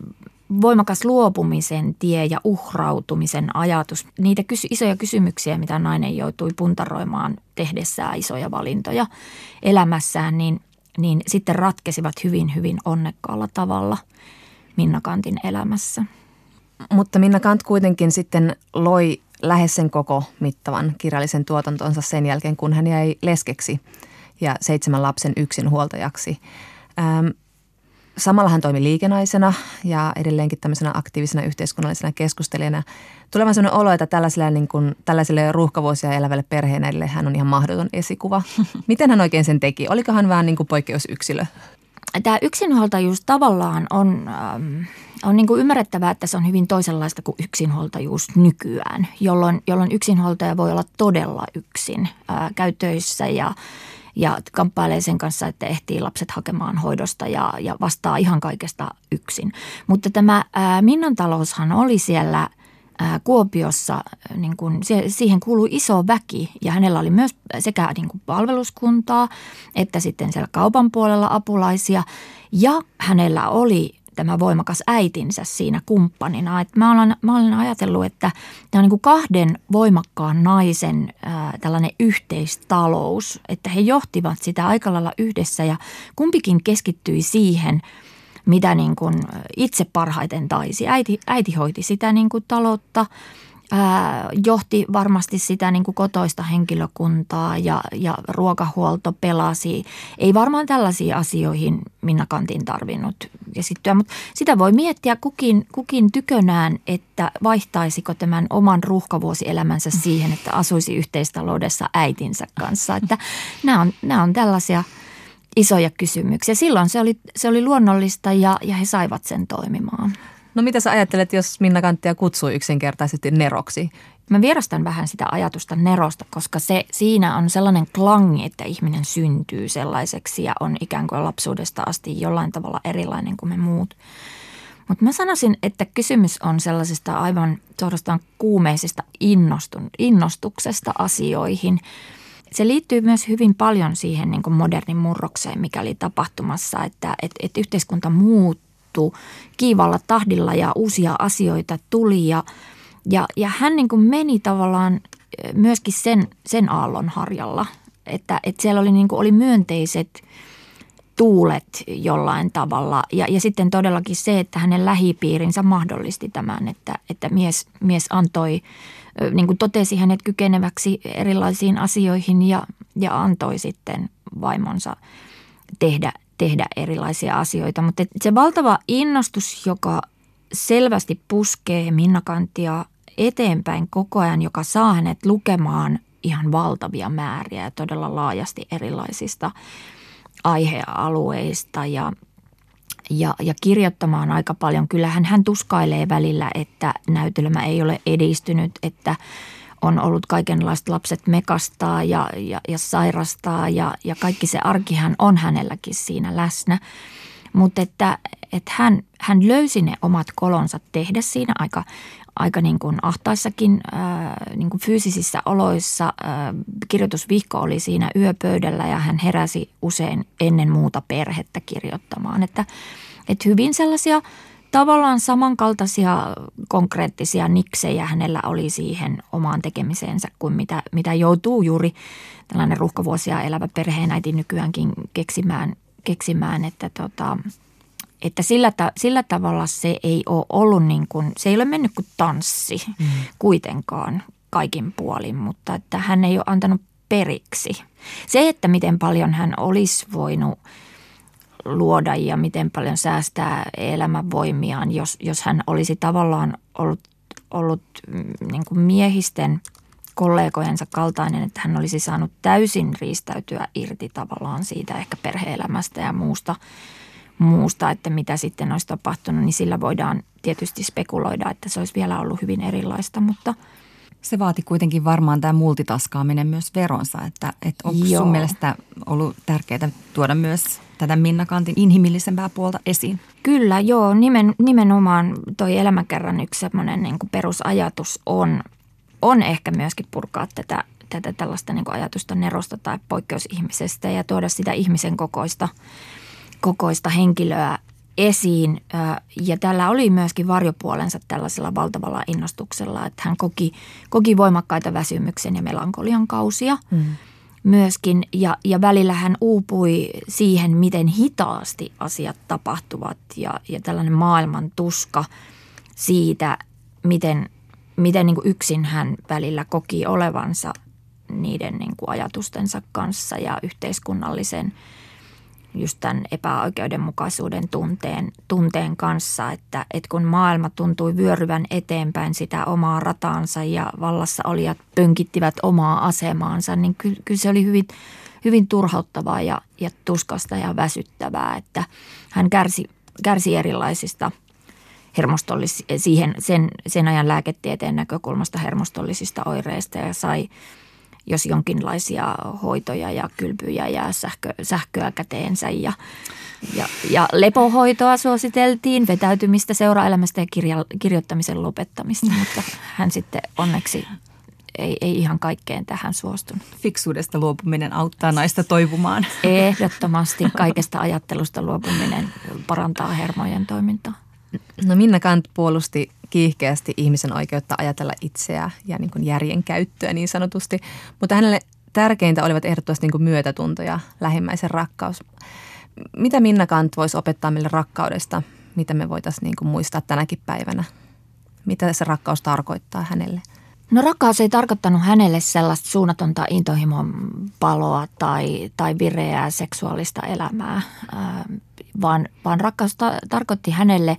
voimakas luopumisen tie ja uhrautumisen ajatus, niitä kysy- isoja kysymyksiä, mitä nainen joutui puntaroimaan tehdessään isoja valintoja elämässään, niin, niin sitten ratkesivat hyvin, hyvin onnekkaalla tavalla Minna Kantin elämässä. Mutta Minna Kant kuitenkin sitten loi lähes sen koko mittavan kirjallisen tuotantonsa sen jälkeen, kun hän jäi leskeksi ja seitsemän lapsen yksinhuoltajaksi. Ähm, Samalla hän toimi liikenaisena ja edelleenkin tämmöisenä aktiivisena yhteiskunnallisena keskustelijana. Tulevan sellainen olo, että tällaiselle, niin kuin, tällaiselle ruuhkavuosia elävälle perheenäidille hän on ihan mahdoton esikuva. Miten hän oikein sen teki? Oliko hän vähän niin kuin poikkeusyksilö? Tämä yksinhuoltajuus tavallaan on, on niin kuin ymmärrettävää, että se on hyvin toisenlaista kuin yksinhuoltajuus nykyään, jolloin, jolloin yksinhuoltaja voi olla todella yksin, ää, käy töissä ja Ja kamppailee sen kanssa, että ehtii lapset hakemaan hoidosta ja, ja vastaa ihan kaikesta yksin. Mutta tämä ää, Minnan taloushan oli siellä ää, Kuopiossa, niin kun, se, siihen kuului iso väki ja hänellä oli myös sekä niin kun palveluskuntaa että sitten siellä kaupan puolella apulaisia. Ja hänellä oli tämä voimakas äitinsä siinä kumppanina. Et mä, olen, mä olen ajatellut, että tämä on niin kuin kahden voimakkaan naisen ää, tällainen yhteistalous, että he johtivat sitä aika lailla yhdessä ja kumpikin keskittyi siihen, mitä niin kuin itse parhaiten taisi. Äiti, äiti hoiti sitä niin kuin taloutta, ää, johti varmasti sitä niin kuin kotoista henkilökuntaa ja, ja ruokahuolto pelasi. Ei varmaan tällaisiin asioihin Minna Canthin tarvinnut keskittyä, mutta sitä voi miettiä kukin, kukin tykönään, että vaihtaisiko tämän oman ruuhkavuosielämänsä siihen, että asuisi yhteistaloudessa äitinsä kanssa. Että nämä on, nämä on tällaisia isoja kysymyksiä. Silloin se oli, se oli luonnollista ja, ja he saivat sen toimimaan. No mitä sä ajattelet, jos Minna Canthia kutsui yksinkertaisesti neroksi? Mä vierastan vähän sitä ajatusta nerosta, koska se, siinä on sellainen klangi, että ihminen syntyy sellaiseksi ja on ikään kuin lapsuudesta asti jollain tavalla erilainen kuin me muut. Mutta mä sanoisin, että kysymys on sellaisesta aivan suorastaan kuumeisesta innostuksesta asioihin. Se liittyy myös hyvin paljon siihen niin kuin modernin murrokseen, mikä oli tapahtumassa, että et, et yhteiskunta muuttui kiivalla tahdilla ja uusia asioita tuli ja, ja, ja hän niin kuin meni tavallaan myöskin sen, sen aallon harjalla, että, että siellä oli, niin kuin, oli myönteiset tuulet jollain tavalla ja, ja sitten todellakin se, että hänen lähipiirinsä mahdollisti tämän, että, että mies, mies antoi, niin kuin totesi hänet kykeneväksi erilaisiin asioihin ja, ja antoi sitten vaimonsa tehdä, tehdä erilaisia asioita. Mutta se valtava innostus, joka selvästi puskee Minna Canthia eteenpäin koko ajan, joka saa hänet lukemaan ihan valtavia määriä ja todella laajasti erilaisista aihealueista ja, ja, ja kirjoittamaan aika paljon. Kyllähän hän tuskailee välillä, että näytelmä ei ole edistynyt, että on ollut kaikenlaista lapset mekastaa ja, ja, ja sairastaa ja, ja kaikki se arkihan on hänelläkin siinä läsnä. Mutta että, että hän, hän löysi ne omat kolonsa tehdä siinä aika, aika niin kuin ahtaissakin ää, niin kuin fyysisissä oloissa. Ää, kirjoitusvihko oli siinä yöpöydällä ja hän heräsi usein ennen muuta perhettä kirjoittamaan. Että, että hyvin sellaisia tavallaan samankaltaisia konkreettisia niksejä hänellä oli siihen omaan tekemiseensä kuin mitä, mitä joutuu juuri tällainen ruuhkavuosia elävä perheenäiti nykyäänkin keksimään, keksimään että tota, Että sillä, ta- sillä tavalla se ei ole ollut niin kuin, se ei ole mennyt kuin tanssi mm. kuitenkaan kaikin puolin, mutta että hän ei ole antanut periksi. Se, että miten paljon hän olisi voinut luoda ja miten paljon säästää elämänvoimiaan, jos, jos hän olisi tavallaan ollut, ollut niin kuin miehisten kollegojensa kaltainen, että hän olisi saanut täysin riistäytyä irti tavallaan siitä ehkä perhe-elämästä ja muusta, muusta, että mitä sitten olisi tapahtunut, niin sillä voidaan tietysti spekuloida, että se olisi vielä ollut hyvin erilaista, mutta se vaati kuitenkin varmaan tämä multitaskaaminen myös veronsa, että, että onko Joo. sun mielestä ollut tärkeää tuoda myös tätä Minna Canthin inhimillisempää puolta esiin? Kyllä, joo. Nimen, nimenomaan toi elämäkerran yksi semmoinen niin kuin perusajatus on, on ehkä myöskin purkaa tätä, tätä tällaista niin kuin ajatusta nerosta tai poikkeusihmisestä ja tuoda sitä ihmisen kokoista, kokoista henkilöä esiin. Ja tällä oli myöskin varjopuolensa tällaisella valtavalla innostuksella, että hän koki, koki voimakkaita väsymyksen ja melankolian kausia mm. myöskin. Ja, ja välillä hän uupui siihen, miten hitaasti asiat tapahtuvat ja, ja tällainen maailman tuska siitä, miten, miten niin kuin yksin hän välillä koki olevansa niiden niin kuin ajatustensa kanssa ja yhteiskunnallisen just tämän epäoikeudenmukaisuuden tunteen, tunteen kanssa, että, että kun maailma tuntui vyöryvän eteenpäin sitä omaa rataansa ja vallassa olijat pönkittivät omaa asemaansa, niin kyllä, kyllä se oli hyvin, hyvin turhauttavaa ja, ja tuskasta ja väsyttävää, että hän kärsi, kärsi erilaisista hermostollis, siihen, sen, sen ajan lääketieteen näkökulmasta hermostollisista oireista ja sai jos jonkinlaisia hoitoja ja kylpyjä ja sähkö, sähköä käteensä ja, ja, ja lepohoitoa suositeltiin, vetäytymistä seuraelämästä ja kirja, kirjoittamisen lopettamista, mutta hän sitten onneksi ei, ei ihan kaikkeen tähän suostunut. Fiksuudesta luopuminen auttaa naista toipumaan. Ehdottomasti kaikesta ajattelusta luopuminen parantaa hermojen toimintaa. No Minna Kant puolusti kiihkeästi ihmisen oikeutta ajatella itseään ja niin kuin järjen käyttöä niin sanotusti, mutta hänelle tärkeintä olivat ehdottomasti niin kuin myötätunto ja lähimmäisen rakkaus. Mitä Minna Kant voisi opettaa meille rakkaudesta, mitä me voitaisiin niin kuin muistaa tänäkin päivänä? Mitä se rakkaus tarkoittaa hänelle? No rakkaus ei tarkoittanut hänelle sellaista suunnatonta intohimon paloa tai, tai vireää seksuaalista elämää, ää, vaan, vaan rakkaus ta- tarkoitti hänelle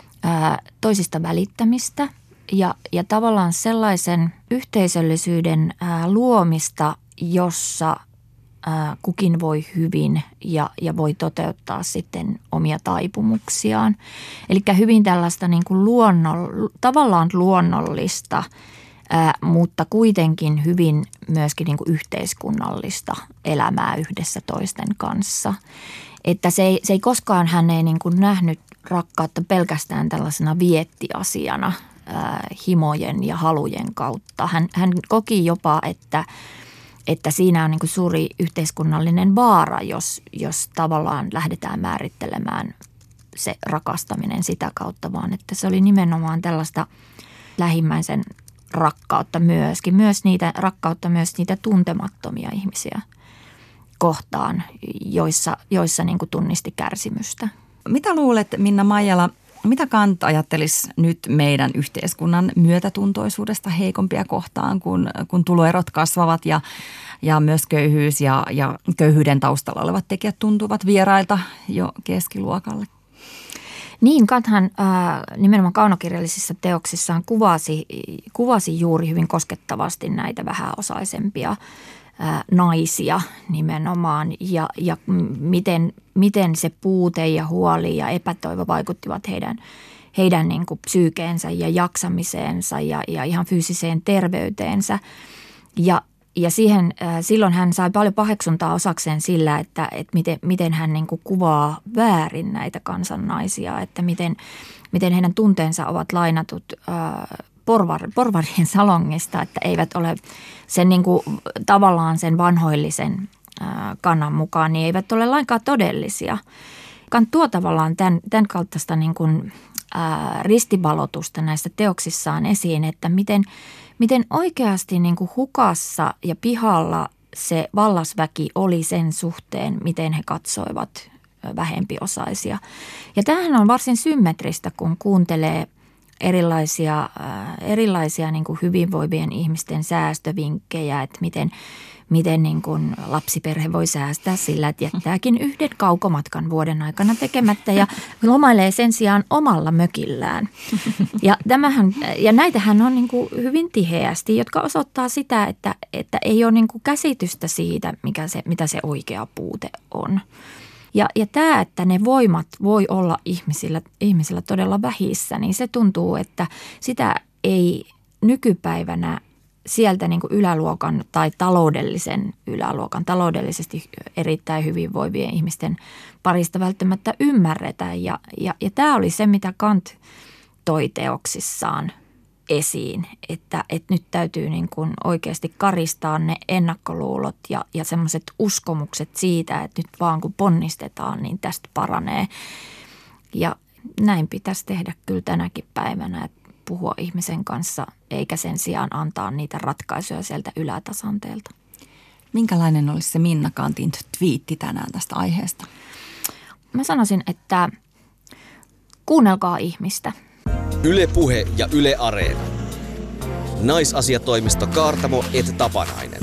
ää, toisista välittämistä ja, ja tavallaan sellaisen yhteisöllisyyden ää, luomista, jossa ää, kukin voi hyvin ja, ja voi toteuttaa sitten omia taipumuksiaan. Eli hyvin tällaista niin kuin luonnoll- tavallaan luonnollista, Ää, mutta kuitenkin hyvin myöskin niin kuin yhteiskunnallista elämää yhdessä toisten kanssa. Että se ei, se ei koskaan hän ei niin kuin nähnyt rakkautta pelkästään tällaisena viettiasiana ää, himojen ja halujen kautta. Hän, hän koki jopa, että, että siinä on niin kuin suuri yhteiskunnallinen vaara, jos, jos tavallaan lähdetään määrittelemään se rakastaminen sitä kautta, vaan että se oli nimenomaan tällaista lähimmäisen rakkautta myöskin, myös niitä, rakkautta myös niitä tuntemattomia ihmisiä kohtaan, joissa, joissa niin kuin tunnisti kärsimystä. Mitä luulet, Minna Maijala, mitä Kant ajattelisi nyt meidän yhteiskunnan myötätuntoisuudesta heikompia kohtaan, kun, kun tuloerot kasvavat ja, ja myös köyhyys ja, ja köyhyyden taustalla olevat tekijät tuntuvat vierailta jo keskiluokalle? Niin, Kanthan äh, nimenomaan kaunokirjallisissa teoksissaan kuvasi, kuvasi juuri hyvin koskettavasti näitä vähäosaisempia äh, naisia nimenomaan ja, ja miten, miten se puute ja huoli ja epätoivo vaikuttivat heidän, heidän niin kuin psyykeensä ja jaksamiseensa ja, ja ihan fyysiseen terveyteensä. Ja Ja siihen, silloin hän sai paljon paheksuntaa osakseen sillä, että, että miten, miten hän niin kuin kuvaa väärin näitä kansannaisia, että miten, miten heidän tunteensa ovat lainatut äh, porvar, porvarien salongista, että eivät ole sen niin kuin, tavallaan sen vanhoillisen äh, kannan mukaan, niin eivät ole lainkaan todellisia. Kant tuo tavallaan tämän, tämän kaltaista niin kuin, äh, ristivalotusta näissä teoksissaan esiin, että miten Miten oikeasti niin kuin hukassa ja pihalla se vallasväki oli sen suhteen, miten he katsoivat vähempiosaisia. Ja tämähän on varsin symmetristä, kun kuuntelee erilaisia, erilaisia niin kuin hyvinvoivien ihmisten säästövinkkejä, että miten, miten niin kuin lapsiperhe voi säästää sillä, että jättääkin yhden kaukomatkan vuoden aikana tekemättä ja lomailee sen sijaan omalla mökillään. Ja, tämähän, ja näitähän on niin kuin hyvin tiheästi, jotka osoittaa sitä, että, että ei ole niin kuin käsitystä siitä, mikä se, mitä se oikea puute on. Ja, ja tämä, että ne voimat voi olla ihmisillä, ihmisillä todella vähissä, niin se tuntuu, että sitä ei nykypäivänä sieltä niin kuin yläluokan tai taloudellisen yläluokan, taloudellisesti erittäin hyvinvoivien ihmisten parista välttämättä ymmärretä. Ja, ja, ja tämä oli se, mitä Kant toi teoksissaan esiin, että, että nyt täytyy niin kuin oikeasti karistaa ne ennakkoluulot ja, ja semmoiset uskomukset siitä, että nyt vaan kun ponnistetaan, niin tästä paranee. Ja näin pitäisi tehdä kyllä tänäkin päivänä, että puhua ihmisen kanssa eikä sen sijaan antaa niitä ratkaisuja sieltä ylätasanteelta. Minkälainen olisi se Minna Kantin twiitti tänään tästä aiheesta? Mä sanoisin, että kuunnelkaa ihmistä. Yle Puhe ja Yle Areena. Naisasiatoimisto Kaartamo et Tapanainen.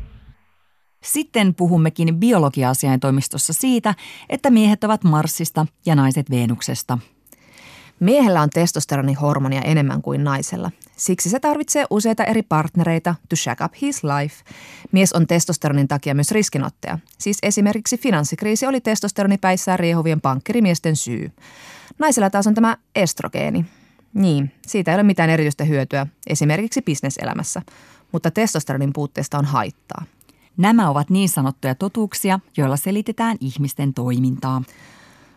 Sitten puhummekin biologia-asiaintoimistossa siitä, että miehet ovat Marsista ja naiset Venuksesta. Miehellä on testosteronihormonia enemmän kuin naisella. Siksi se tarvitsee useita eri partnereita to shack up his life. Mies on testosteronin takia myös riskinottaja. Siis esimerkiksi finanssikriisi oli testosteronipäissään riehuvien pankkirimiesten syy. Naisella taas on tämä estrogeeni. Niin, siitä ei ole mitään erityistä hyötyä, esimerkiksi bisneselämässä, mutta testosteronin puutteesta on haittaa. Nämä ovat niin sanottuja totuuksia, joilla selitetään ihmisten toimintaa.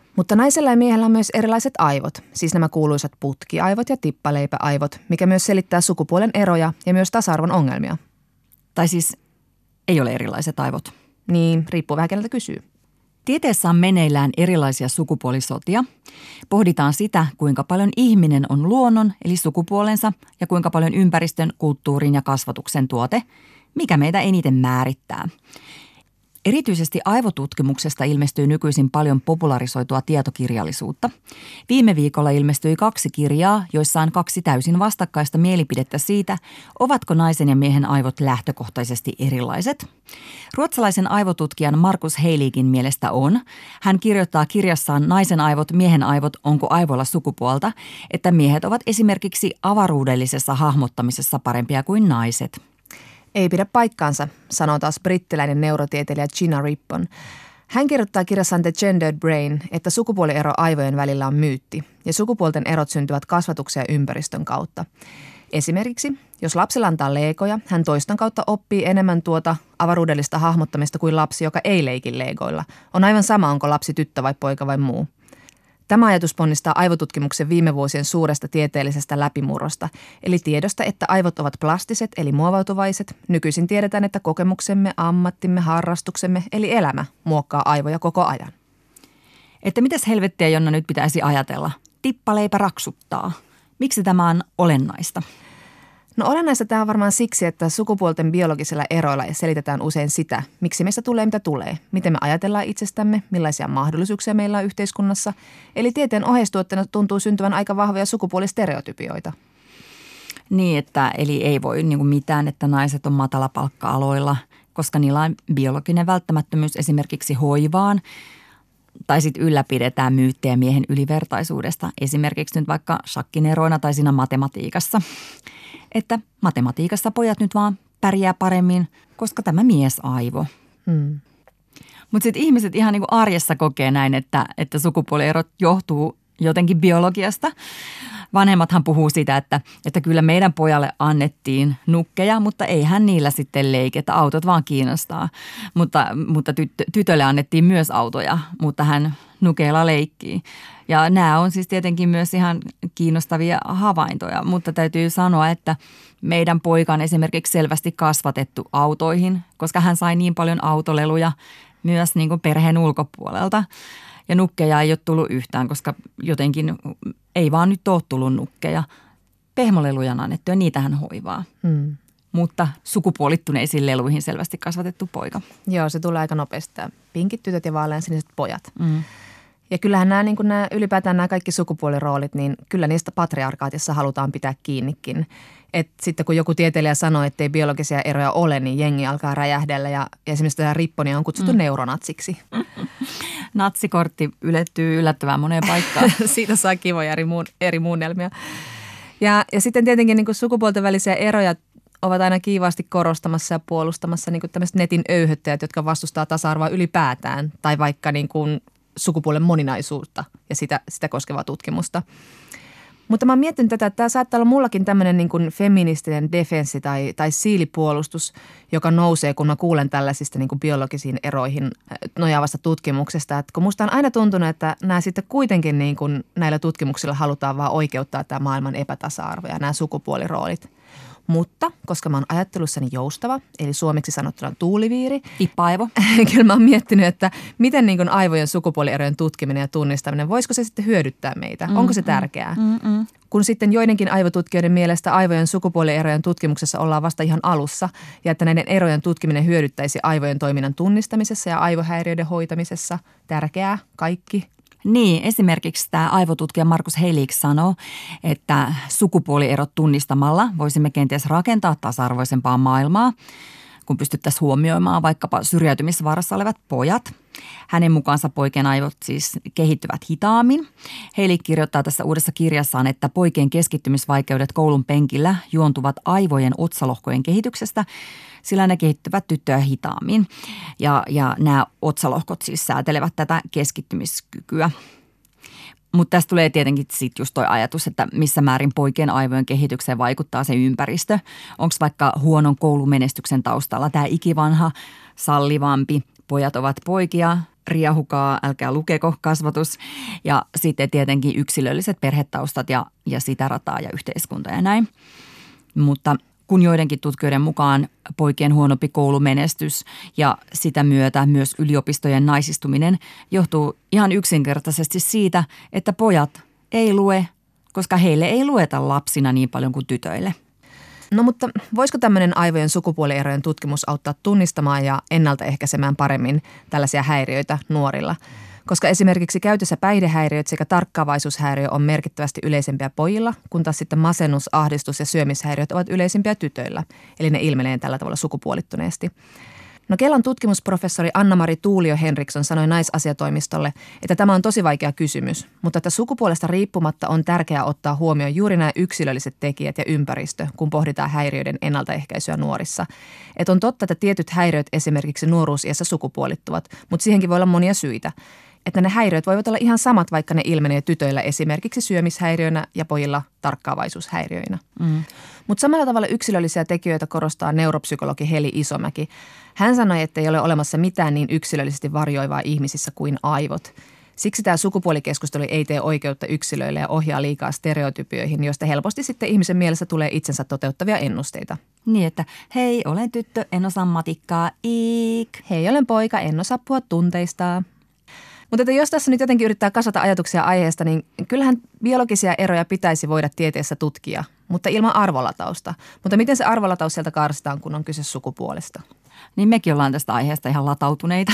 Mutta naisella ja miehellä on myös erilaiset aivot, siis nämä kuuluisat putkiaivot ja tippaleipäaivot, mikä myös selittää sukupuolen eroja ja myös tasa-arvon ongelmia. Tai siis ei ole erilaiset aivot. Niin, riippuu vähän keneltä kysyy. Tieteessä on meneillään erilaisia sukupuolisotia. Pohditaan sitä, kuinka paljon ihminen on luonnon eli sukupuolensa ja kuinka paljon ympäristön, kulttuurin ja kasvatuksen tuote, mikä meitä eniten määrittää. Erityisesti aivotutkimuksesta ilmestyy nykyisin paljon popularisoitua tietokirjallisuutta. Viime viikolla ilmestyi kaksi kirjaa, joissa on kaksi täysin vastakkaista mielipidettä siitä, ovatko naisen ja miehen aivot lähtökohtaisesti erilaiset. Ruotsalaisen aivotutkijan Markus Heiligin mielestä on. Hän kirjoittaa kirjassaan Naisen aivot, miehen aivot, onko aivoilla sukupuolta, että miehet ovat esimerkiksi avaruudellisessa hahmottamisessa parempia kuin naiset. Ei pidä paikkaansa, sanoo taas brittiläinen neurotieteilijä Gina Rippon. Hän kirjoittaa kirjassaan The Gendered Brain, että sukupuoliero aivojen välillä on myytti ja sukupuolten erot syntyvät kasvatuksen ja ympäristön kautta. Esimerkiksi, jos lapsella antaa legoja, hän toiston kautta oppii enemmän tuota avaruudellista hahmottamista kuin lapsi, joka ei leiki legoilla. On aivan sama, onko lapsi tyttö vai poika vai muu. Tämä ajatus ponnistaa aivotutkimuksen viime vuosien suuresta tieteellisestä läpimurrosta, eli tiedosta, että aivot ovat plastiset eli muovautuvaiset. Nykyisin tiedetään, että kokemuksemme, ammattimme, harrastuksemme eli elämä muokkaa aivoja koko ajan. Että mitäs helvettiä, Jonna, nyt pitäisi ajatella? Tippaleipä raksuttaa. Miksi tämä on olennaista? No olennaista tämä on varmaan siksi, että sukupuolten biologisilla eroilla selitetään usein sitä, miksi meistä tulee mitä tulee, miten me ajatellaan itsestämme, millaisia mahdollisuuksia meillä on yhteiskunnassa. Eli tieteen oheistuotteena tuntuu syntyvän aika vahvoja sukupuolistereotypioita. Niin, että eli ei voi niin kuin mitään, että naiset on matalapalkka-aloilla, koska niillä on biologinen välttämättömyys esimerkiksi hoivaan. Tai sitten ylläpidetään myyttejä miehen ylivertaisuudesta, esimerkiksi nyt vaikka shakkineroina tai siinä matematiikassa. Että matematiikassa pojat nyt vaan pärjää paremmin, koska tämä miesaivo. Hmm. Mutta sitten ihmiset ihan niin kuin arjessa kokee näin, että, että sukupuolierot johtuu jotenkin biologiasta. Vanhemmathan puhuu siitä, että, että kyllä meidän pojalle annettiin nukkeja, mutta eihän niillä sitten leiki, että autot vaan kiinnostaa. Mutta, mutta tyttö, tytölle annettiin myös autoja, mutta hän nukeilla leikkii. Ja nämä on siis tietenkin myös ihan kiinnostavia havaintoja, mutta täytyy sanoa, että meidän poika on esimerkiksi selvästi kasvatettu autoihin, koska hän sai niin paljon autoleluja myös niin kuin perheen ulkopuolelta. Ja nukkeja ei ole tullut yhtään, koska jotenkin ei vaan nyt ole tullut nukkeja. Pehmoleluja on annettu ja niitähän hoivaa. Hmm. Mutta sukupuolittuneisiin leluihin selvästi kasvatettu poika. Joo, se tulee aika nopeasti. Pinkit tytöt ja vaaleansiniset pojat. Hmm. Ja kyllähän nämä, niin kuin nämä, ylipäätään nämä kaikki sukupuoliroolit, niin kyllä niistä patriarkaatissa halutaan pitää kiinnikin. Et sitten kun joku tieteilijä sanoo, että ei biologisia eroja ole, niin jengi alkaa räjähdellä ja esimerkiksi tätä Ripponia on kutsuttu mm. neuronatsiksi. Natsikortti ylettyy yllättävän moneen paikkaan. Siitä saa kivoja eri, muun, eri muunnelmia. Ja, ja sitten tietenkin niin kuin sukupuolten välisiä eroja ovat aina kiivaasti korostamassa ja puolustamassa niin kuin tämmöiset netin öyhöttäjät, jotka vastustaa tasa-arvoa ylipäätään tai vaikka niin kuin sukupuolen moninaisuutta ja sitä, sitä koskevaa tutkimusta. Mutta mä oon miettinyt tätä, että tämä saattaa olla mullakin tämmöinen niin kuin feministinen defenssi tai, tai siilipuolustus, joka nousee, kun mä kuulen tällaisista niin kuin biologisiin eroihin nojaavasta tutkimuksesta. Että kun musta on aina tuntunut, että nämä sitten kuitenkin niin kuin näillä tutkimuksilla halutaan vaan oikeuttaa tämä maailman epätasa-arvo ja nämä sukupuoliroolit. Mutta koska mä oon ajattelussani joustava, eli suomeksi sanottuna tuuliviiri. Tippa-aivo. Kyllä mä oon miettinyt, että miten niin kuin aivojen sukupuolierojen tutkiminen ja tunnistaminen, voisiko se sitten hyödyttää meitä? Mm, Onko se tärkeää? Mm, mm. Kun sitten joidenkin aivotutkijoiden mielestä aivojen sukupuolierojen tutkimuksessa ollaan vasta ihan alussa ja että näiden erojen tutkiminen hyödyttäisi aivojen toiminnan tunnistamisessa ja aivohäiriöiden hoitamisessa. Tärkeää, kaikki. Niin, esimerkiksi tämä aivotutkija Markus Heilig sanoo, että sukupuolierot tunnistamalla voisimme kenties rakentaa tasa-arvoisempaa maailmaa, kun pystyttäisiin huomioimaan vaikkapa syrjäytymisvaarassa olevat pojat. Hänen mukaansa poikien aivot siis kehittyvät hitaammin. Heilig kirjoittaa tässä uudessa kirjassaan, että poikien keskittymisvaikeudet koulun penkillä juontuvat aivojen otsalohkojen kehityksestä, sillä ne kehittyvät tyttöjä hitaammin. Ja, ja nämä otsalohkot siis säätelevät tätä keskittymiskykyä. Mutta tässä tulee tietenkin sitten just toi ajatus, että missä määrin poikien aivojen kehitykseen vaikuttaa se ympäristö. Onko vaikka huonon koulumenestyksen taustalla tämä ikivanha, sallivampi, pojat ovat poikia, riehukaa, älkää lukeko kasvatus ja sitten tietenkin yksilölliset perhetaustat ja, ja sitä rataa ja yhteiskunta ja näin. Mutta kun joidenkin tutkijoiden mukaan poikien huonompi koulumenestys ja sitä myötä myös yliopistojen naisistuminen johtuu ihan yksinkertaisesti siitä, että pojat ei lue, koska heille ei lueta lapsina niin paljon kuin tytöille. No mutta voisiko tämmöinen aivojen sukupuolierojen tutkimus auttaa tunnistamaan ja ennaltaehkäisemään paremmin tällaisia häiriöitä nuorilla? Koska esimerkiksi käytössä päihdehäiriöt sekä tarkkaavaisuushäiriö on merkittävästi yleisempiä pojilla, kun taas sitten masennus, ahdistus ja syömishäiriöt ovat yleisimpiä tytöillä. Eli ne ilmenee tällä tavalla sukupuolittuneesti. No Kelan tutkimusprofessori Anna-Mari Tuulio-Henriksson sanoi Naisasiatoimistolle, että tämä on tosi vaikea kysymys, mutta että sukupuolesta riippumatta on tärkeää ottaa huomioon juuri nämä yksilölliset tekijät ja ympäristö, kun pohditaan häiriöiden ennaltaehkäisyä nuorissa. Että on totta, että tietyt häiriöt esimerkiksi nuoruusiässä sukupuolittuvat, mutta siihenkin voi olla monia syitä. Että ne häiriöt voivat olla ihan samat, vaikka ne ilmenee tytöillä esimerkiksi syömishäiriöinä ja pojilla tarkkaavaisuushäiriöinä. Mm. Mutta samalla tavalla yksilöllisiä tekijöitä korostaa neuropsykologi Heli Isomäki. Hän sanoi, että ei ole olemassa mitään niin yksilöllisesti varjoivaa ihmisissä kuin aivot. Siksi tämä sukupuolikeskustelu ei tee oikeutta yksilöille ja ohjaa liikaa stereotypioihin, joista helposti sitten ihmisen mielessä tulee itsensä toteuttavia ennusteita. Niin, että hei, olen tyttö, en osaa matikkaa, iik. Hei, olen poika, en osaa puhua tunteistaan. Mutta että jos tässä nyt jotenkin yrittää kasata ajatuksia aiheesta, niin kyllähän biologisia eroja pitäisi voida tieteessä tutkia, mutta ilman arvolatausta. Mutta miten se arvolataus sieltä karsitaan, kun on kyse sukupuolesta? Niin mekin ollaan tästä aiheesta ihan latautuneita.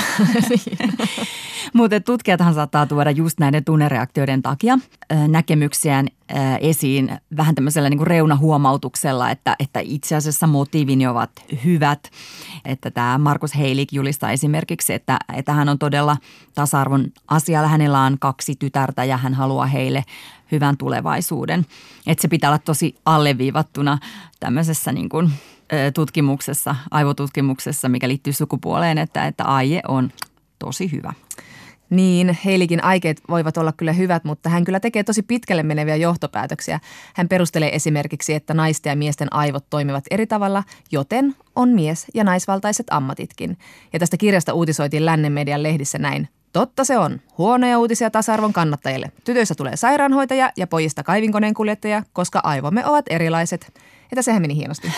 Mutta tutkijathan saattaa tuoda just näiden tunnereaktioiden takia näkemyksiään esiin vähän tämmöisellä niin kuin reunahuomautuksella, että, että itse asiassa motiivini ovat hyvät. Että tämä Markus Heilig julistaa esimerkiksi, että, että hän on todella tasa-arvon asialla. Hänellä on kaksi tytärtä ja hän haluaa heille hyvän tulevaisuuden. Että se pitää olla tosi alleviivattuna tämmöisessä niin kuin tutkimuksessa, aivotutkimuksessa, mikä liittyy sukupuoleen, että, että aie on tosi hyvä. Niin, Heilikin aikeet voivat olla kyllä hyvät, mutta hän kyllä tekee tosi pitkälle meneviä johtopäätöksiä. Hän perustelee esimerkiksi, että naisten ja miesten aivot toimivat eri tavalla, joten on mies- ja naisvaltaiset ammatitkin. Ja tästä kirjasta uutisoitiin lännen median lehdissä näin. Totta se on. Huonoja uutisia tasa-arvon kannattajille. Tytöissä tulee sairaanhoitaja ja pojista kaivinkoneen kuljettaja, koska aivomme ovat erilaiset. Että sehän meni hienosti.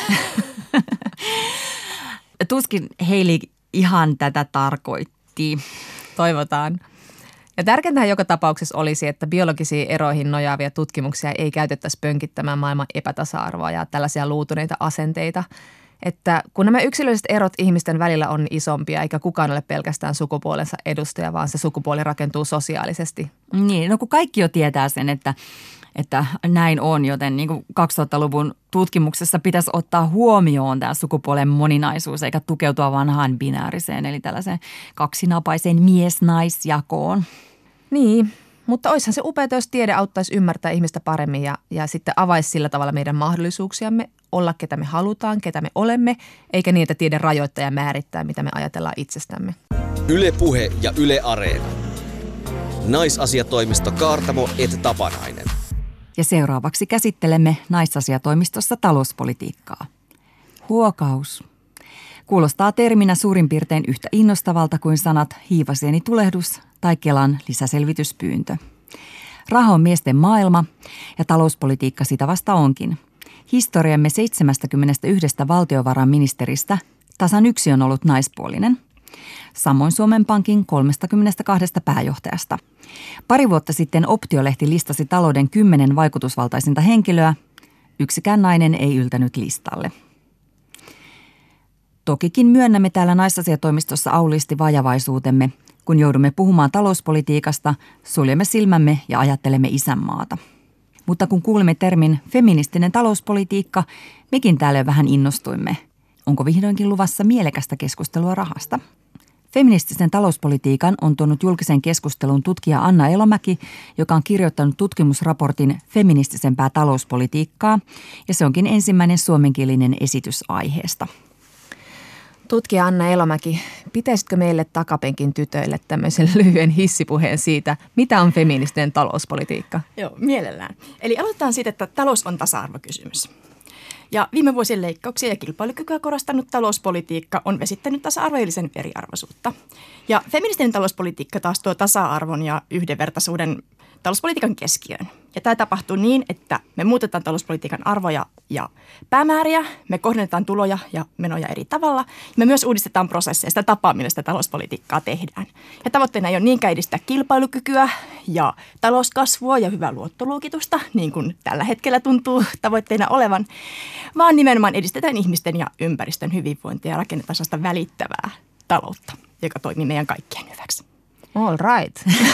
Tuskin Heilig ihan tätä tarkoitti. Toivotaan. Ja tärkeintähän joka tapauksessa olisi, että biologisiin eroihin nojaavia tutkimuksia ei käytettäisi pönkittämään maailman epätasa-arvoa ja tällaisia luutuneita asenteita. Että kun nämä yksilölliset erot ihmisten välillä on isompia, eikä kukaan ole pelkästään sukupuolensa edustaja, vaan se sukupuoli rakentuu sosiaalisesti. Niin, no kun kaikki jo tietää sen, että, että näin on, joten niin kuin kaksituhattaluvun tutkimuksessa pitäisi ottaa huomioon tämä sukupuolen moninaisuus, eikä tukeutua vanhaan binääriseen, eli tällaiseen kaksinapaiseen mies-naisjakoon. Niin, mutta oishan se upeaa, jos tiede auttaisi ymmärtää ihmistä paremmin ja, ja sitten avaisi sillä tavalla meidän mahdollisuuksiamme olla, ketä me halutaan, ketä me olemme, eikä niin, että tiede rajoittaa ja määrittää, mitä me ajatellaan itsestämme. Yle Puhe ja Yle Areena. Naisasiatoimisto Kaartamo et Tapanainen. Ja seuraavaksi käsittelemme Naisasiatoimistossa talouspolitiikkaa. Huokaus. Kuulostaa terminä suurin piirtein yhtä innostavalta kuin sanat hiivasieni tulehdus tai Kelan lisäselvityspyyntö. Raha on miesten maailma ja talouspolitiikka sitä vasta onkin. Historiamme seitsemänkymmentäyksi valtiovarainministeristä tasan yksi on ollut naispuolinen. Samoin Suomen Pankin kolmekymmentäkaksi pääjohtajasta. Pari vuotta sitten Optiolehti listasi talouden kymmenen vaikutusvaltaisinta henkilöä. Yksikään nainen ei yltänyt listalle. Tokikin myönnämme täällä Naisasiatoimistossa auliisti vajavaisuutemme. Kun joudumme puhumaan talouspolitiikasta, suljemme silmämme ja ajattelemme isänmaata. Mutta kun kuulemme termin feministinen talouspolitiikka, mekin täällä vähän innostuimme. Onko vihdoinkin luvassa mielekästä keskustelua rahasta? Feministisen talouspolitiikan on tuonut julkisen keskustelun tutkija Anna Elomäki, joka on kirjoittanut tutkimusraportin feministisempää talouspolitiikkaa, ja se onkin ensimmäinen suomenkielinen esitys aiheesta. Tutkija Anna Elomäki, pitäisitkö meille takapenkin tytöille tämmöisen lyhyen hissipuheen siitä, mitä on feministinen talouspolitiikka? Joo, mielellään. Eli aloitetaan siitä, että talous on tasa-arvokysymys. Ja viime vuosien leikkauksia ja kilpailukykyä korostanut talouspolitiikka on vesittänyt tasa-arvoillisen eriarvoisuutta. Ja feministinen talouspolitiikka taas tuo tasa-arvon ja yhdenvertaisuuden talouspolitiikan keskiöön. Ja tämä tapahtuu niin, että me muutetaan talouspolitiikan arvoja ja päämääriä, me kohdennetaan tuloja ja menoja eri tavalla. Ja me myös uudistetaan prosesseja, sitä tapaa, millä sitä talouspolitiikkaa tehdään. Ja tavoitteena ei ole niinkään edistää kilpailukykyä ja talouskasvua ja hyvää luottoluokitusta, niin kuin tällä hetkellä tuntuu tavoitteena olevan, vaan nimenomaan edistetään ihmisten ja ympäristön hyvinvointia ja rakennetaan sellaista välittävää taloutta, joka toimii meidän kaikkien hyväksi. All right.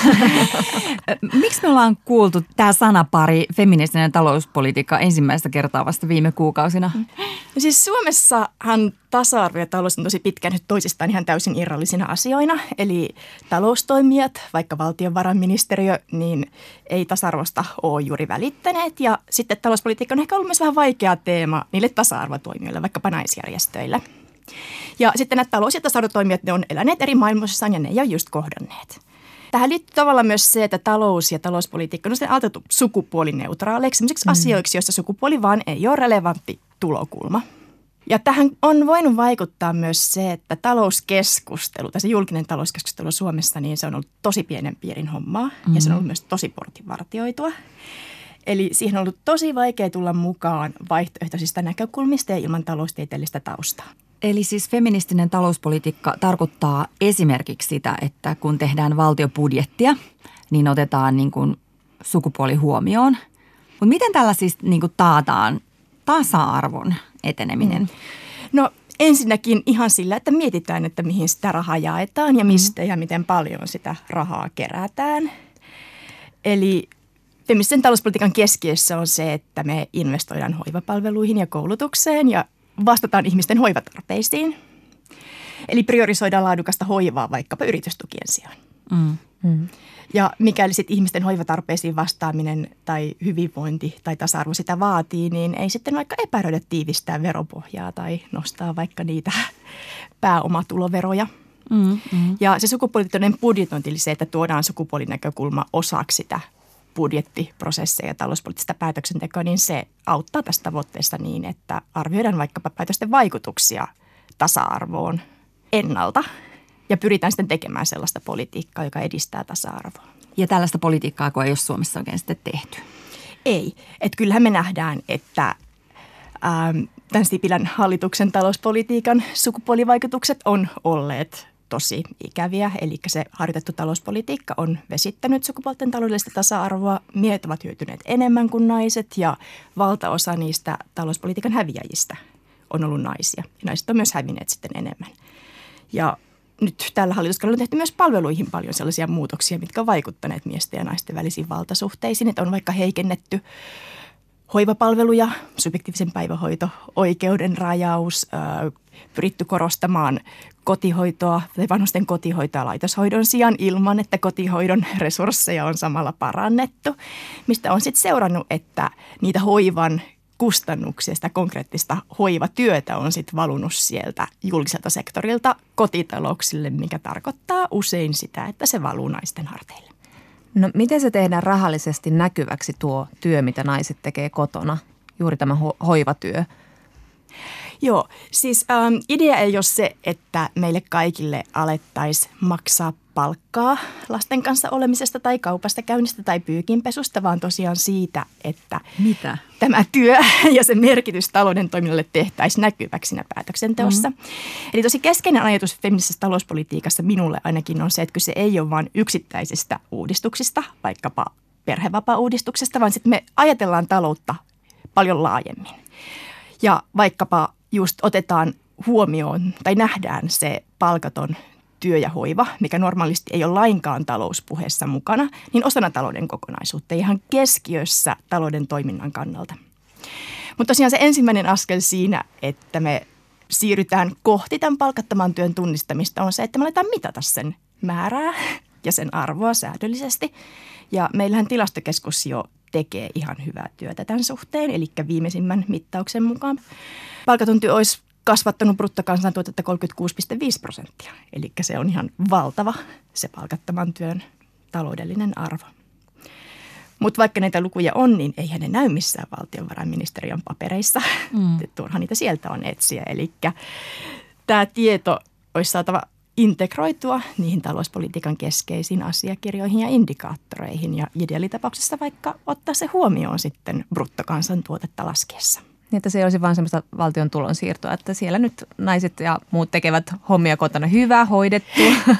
Miksi me ollaan kuultu tämä sanapari feministinen talouspolitiikka ensimmäistä kertaa vasta viime kuukausina? No siis Suomessahan tasa-arvo ja talous on tosi pitkään nyt toisistaan ihan täysin irrallisina asioina. Eli taloustoimijat, vaikka valtiovarainministeriö, niin ei tasa-arvosta ole juuri välittäneet. Ja sitten talouspolitiikka on ehkä ollut myös vähän vaikea teema niille tasa-arvotoimijoille, vaikkapa naisjärjestöille. Ja sitten nämä talous- ja tasa-arvotoimijat, ne on eläneet eri maailmoissaan ja ne ei ole just kohdanneet. Tähän liittyy tavallaan myös se, että talous- ja talouspolitiikka on ajateltu sukupuolineutraaleiksi, sellaisiksi mm. asioiksi, joissa sukupuoli vaan ei ole relevantti tulokulma. Ja tähän on voinut vaikuttaa myös se, että talouskeskustelu, tai se julkinen talouskeskustelu Suomessa, niin se on ollut tosi pienen piirin hommaa mm. ja se on ollut myös tosi portinvartioitua. Eli siihen on ollut tosi vaikea tulla mukaan vaihtoehtoisista näkökulmista ja ilman taloustieteellistä taustaa. Eli siis feministinen talouspolitiikka tarkoittaa esimerkiksi sitä, että kun tehdään valtiobudjettia, niin otetaan niin kuin sukupuoli huomioon. Mutta miten tällä siis niin kuin taataan tasa-arvon eteneminen? Mm. No ensinnäkin ihan sillä, että mietitään, että mihin sitä rahaa jaetaan ja mistä mm. ja miten paljon sitä rahaa kerätään. Eli feministisen talouspolitiikan keskiössä on se, että me investoidaan hoivapalveluihin ja koulutukseen ja vastataan ihmisten hoivatarpeisiin. Eli priorisoidaan laadukasta hoivaa vaikkapa yritystukien sijaan. Mm. Mm. Ja mikäli sitten ihmisten hoivatarpeisiin vastaaminen tai hyvinvointi tai tasa-arvo sitä vaatii, niin ei sitten vaikka epäröidä tiivistää veropohjaa tai nostaa vaikka niitä pääomatuloveroja. Mm. Mm. Ja se sukupuolittoinen budjetointi, eli se, että tuodaan sukupuolinäkökulma osaksi sitä budjettiprosesseja ja talouspoliittista päätöksentekoa, niin se auttaa tässä tavoitteessa niin, että arvioidaan vaikkapa päätösten vaikutuksia tasa-arvoon ennalta ja pyritään sitten tekemään sellaista politiikkaa, joka edistää tasa-arvoa. Ja tällaista politiikkaa, kun ei ole Suomessa oikein sitten tehty? Ei. Että kyllähän me nähdään, että ähm, tämän Sipilän hallituksen talouspolitiikan sukupuolivaikutukset on olleet tosi ikäviä, eli se harjoitettu talouspolitiikka on vesittänyt sukupuolten taloudellista tasa-arvoa. Miehet ovat hyötyneet enemmän kuin naiset ja valtaosa niistä talouspolitiikan häviäjistä on ollut naisia. Ja naiset on myös hävinneet sitten enemmän. Ja nyt tällä hallituskaudella on tehty myös palveluihin paljon sellaisia muutoksia, mitkä on vaikuttaneet miesten ja naisten välisiin valtasuhteisiin. Että on vaikka heikennetty hoivapalveluja, subjektiivisen päivähoito, oikeuden rajaus, pyritty korostamaan kotihoitoa tai vanhusten kotihoitoa laitoshoidon sijaan ilman, että kotihoidon resursseja on samalla parannettu, mistä on sitten seurannut, että niitä hoivan kustannuksia, sitä konkreettista hoivatyötä on sitten valunut sieltä julkiselta sektorilta kotitalouksille, mikä tarkoittaa usein sitä, että se valuu naisten harteille. No miten se tehdään rahallisesti näkyväksi tuo työ, mitä naiset tekee kotona, juuri tämä ho- hoivatyö? Joo, siis ähm, idea ei ole se, että meille kaikille alettaisiin maksaa palkkaa lasten kanssa olemisesta tai kaupasta käynnistä tai pyykinpesusta, vaan tosiaan siitä, että Mitä? tämä työ ja se merkitys talouden toiminnalle tehtäisiin näkyväksi siinä päätöksenteossa. Mm-hmm. Eli tosi keskeinen ajatus feministisessä talouspolitiikassa minulle ainakin on se, että se ei ole vain yksittäisistä uudistuksista, vaikkapa perhevapaa-uudistuksesta, vaan sitten me ajatellaan taloutta paljon laajemmin. Ja vaikkapa just otetaan huomioon tai nähdään se palkaton työ ja hoiva, mikä normaalisti ei ole lainkaan talouspuheessa mukana, niin osana talouden kokonaisuutta ihan keskiössä talouden toiminnan kannalta. Mutta tosiaan se ensimmäinen askel siinä, että me siirrytään kohti tämän palkattoman työn tunnistamista on se, että me aletaan mitata sen määrää ja sen arvoa säädöllisesti. Ja meillähän Tilastokeskus jo tekee ihan hyvää työtä tämän suhteen, eli viimeisimmän mittauksen mukaan palkaton työ olisi kasvattanut bruttokansantuotetta kolmekymmentäkuusi pilkku viisi prosenttia. Eli se on ihan valtava se palkattoman työn taloudellinen arvo. Mutta vaikka näitä lukuja on, niin eihän ne näy missään valtiovarainministeriön papereissa. Mm. Turha niitä sieltä on etsiä. Eli tämä tieto olisi saatava integroitua niihin talouspolitiikan keskeisiin asiakirjoihin ja indikaattoreihin ja ideaalitapauksessa vaikka ottaa se huomioon sitten bruttokansantuotetta laskiessa. Niin, että se ei olisi vain semmoista valtion tulonsiirtoa, että siellä nyt naiset ja muut tekevät hommia kotona hyvää, hoidettu.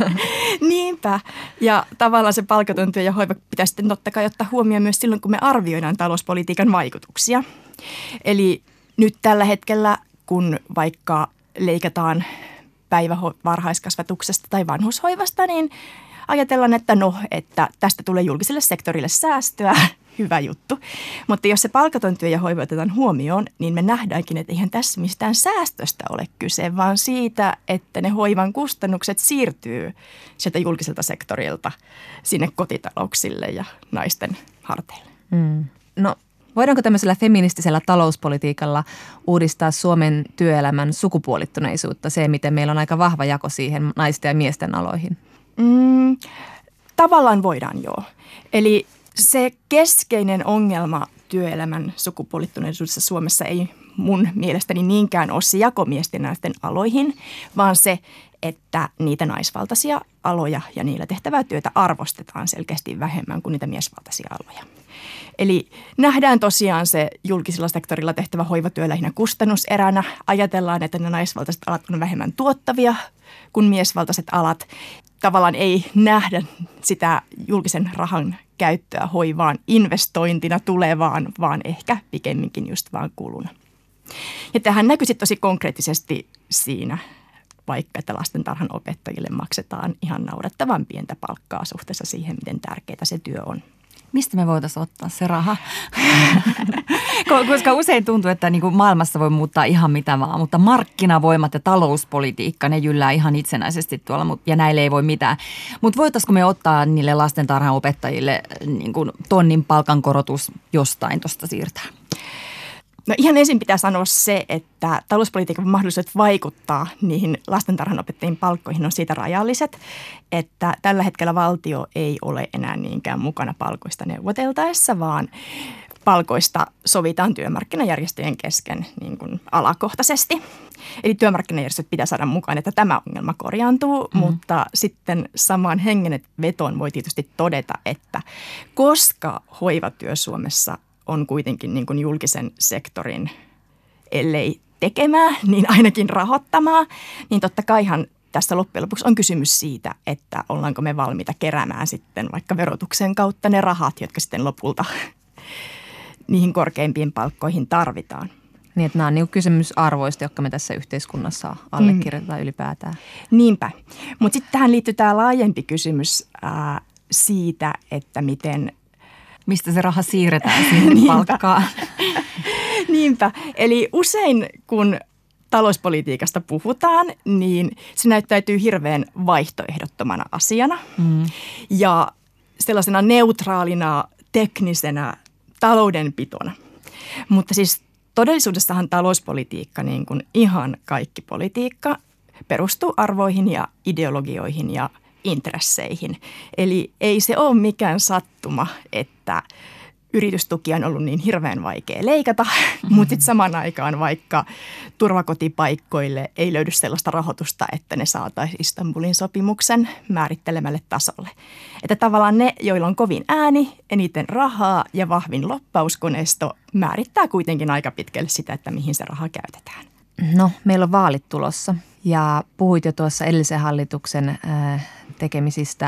Niinpä. Ja tavallaan se palkaton työ ja hoiva pitää sitten totta kai ottaa huomioon myös silloin, kun me arvioidaan talouspolitiikan vaikutuksia. Eli nyt tällä hetkellä, kun vaikka leikataan päivävarhaiskasvatuksesta tai vanhushoivasta, niin ajatellaan, että no, että tästä tulee julkiselle sektorille säästöä. Hyvä juttu. Mutta jos se palkaton työ ja hoiva otetaan huomioon, niin me nähdäänkin, että eihän tässä mistään säästöstä ole kyse, vaan siitä, että ne hoivan kustannukset siirtyy sieltä julkiselta sektorilta sinne kotitalouksille ja naisten harteille. Mm. No, voidaanko tämmöisellä feministisellä talouspolitiikalla uudistaa Suomen työelämän sukupuolittuneisuutta, se miten meillä on aika vahva jako siihen naisten ja miesten aloihin? Mm, tavallaan voidaan joo. Eli se keskeinen ongelma työelämän sukupuolittuneisuudessa Suomessa ei mun mielestäni niinkään ole se jako miesten ja naisten aloihin, vaan se, että niitä naisvaltaisia aloja ja niillä tehtävää työtä arvostetaan selkeästi vähemmän kuin niitä miesvaltaisia aloja. Eli nähdään tosiaan se julkisella sektorilla tehtävä hoivatyö lähinnä kustannuseränä. Ajatellaan, että ne naisvaltaiset alat on vähemmän tuottavia kuin miesvaltaiset alat. Tavallaan ei nähdä sitä julkisen rahan käyttöä hoivaan investointina tulevaan, vaan ehkä pikemminkin just vaan kuluna. Ja tähän näkyisi tosi konkreettisesti siinä, vaikka että lastentarhan opettajille maksetaan ihan naurettavan pientä palkkaa suhteessa siihen, miten tärkeää se työ on. Mistä me voitaisiin ottaa se raha? Koska usein tuntuu, että niin kuin maailmassa voi muuttaa ihan mitä vaan, mutta markkinavoimat ja talouspolitiikka, ne jyllää ihan itsenäisesti tuolla ja näille ei voi mitään. Mutta voitaisiko me ottaa niille lastentarhanopettajille niin kuin tonnin palkankorotus jostain tuosta siirtää? No ihan ensin pitää sanoa se, että talouspolitiikan mahdollisuudet vaikuttaa niihin lastentarhanopettajien palkkoihin on siitä rajalliset, että tällä hetkellä valtio ei ole enää niinkään mukana palkoista neuvoteltaessa, vaan palkoista sovitaan työmarkkinajärjestöjen kesken niin kuin alakohtaisesti. Eli työmarkkinajärjestöt pitää saada mukaan, että tämä ongelma korjaantuu, mm-hmm. mutta sitten samaan hengen vetoon voi tietysti todeta, että koska hoivatyö Suomessa on kuitenkin niin kuin julkisen sektorin, ellei tekemää, niin ainakin rahoittamaa, niin totta kaihan tässä loppujen lopuksi on kysymys siitä, että ollaanko me valmiita keräämään sitten vaikka verotuksen kautta ne rahat, jotka sitten lopulta niihin korkeimpiin palkkoihin tarvitaan. Niin, että nämä on niin kysymys arvoista, jotka me tässä yhteiskunnassa allekirjoitetaan mm. ylipäätään. Niinpä. Mutta sitten tähän liittyy tämä laajempi kysymys ää, siitä, että miten mistä se raha siirretään siihen palkkaan. Niinpä. Eli usein kun talouspolitiikasta puhutaan, niin se näyttäytyy hirveän vaihtoehdottomana asiana. Mm. Ja sellaisena neutraalina, teknisenä taloudenpitona. Mutta siis todellisuudessahan talouspolitiikka, niin kuin ihan kaikki politiikka, perustuu arvoihin ja ideologioihin ja intresseihin. Eli ei se ole mikään sattuma, että yritystukia on ollut niin hirveän vaikea leikata, mm-hmm. mutta sitten samaan aikaan vaikka turvakotipaikkoille ei löydy sellaista rahoitusta, että ne saataisiin Istanbulin sopimuksen määrittelemälle tasolle. Että tavallaan ne, joilla on kovin ääni, eniten rahaa ja vahvin loppauskoneisto, määrittää kuitenkin aika pitkälle sitä, että mihin se raha käytetään. No, meillä on vaalit tulossa ja puhuit jo tuossa edellisen hallituksen äh, tekemisistä.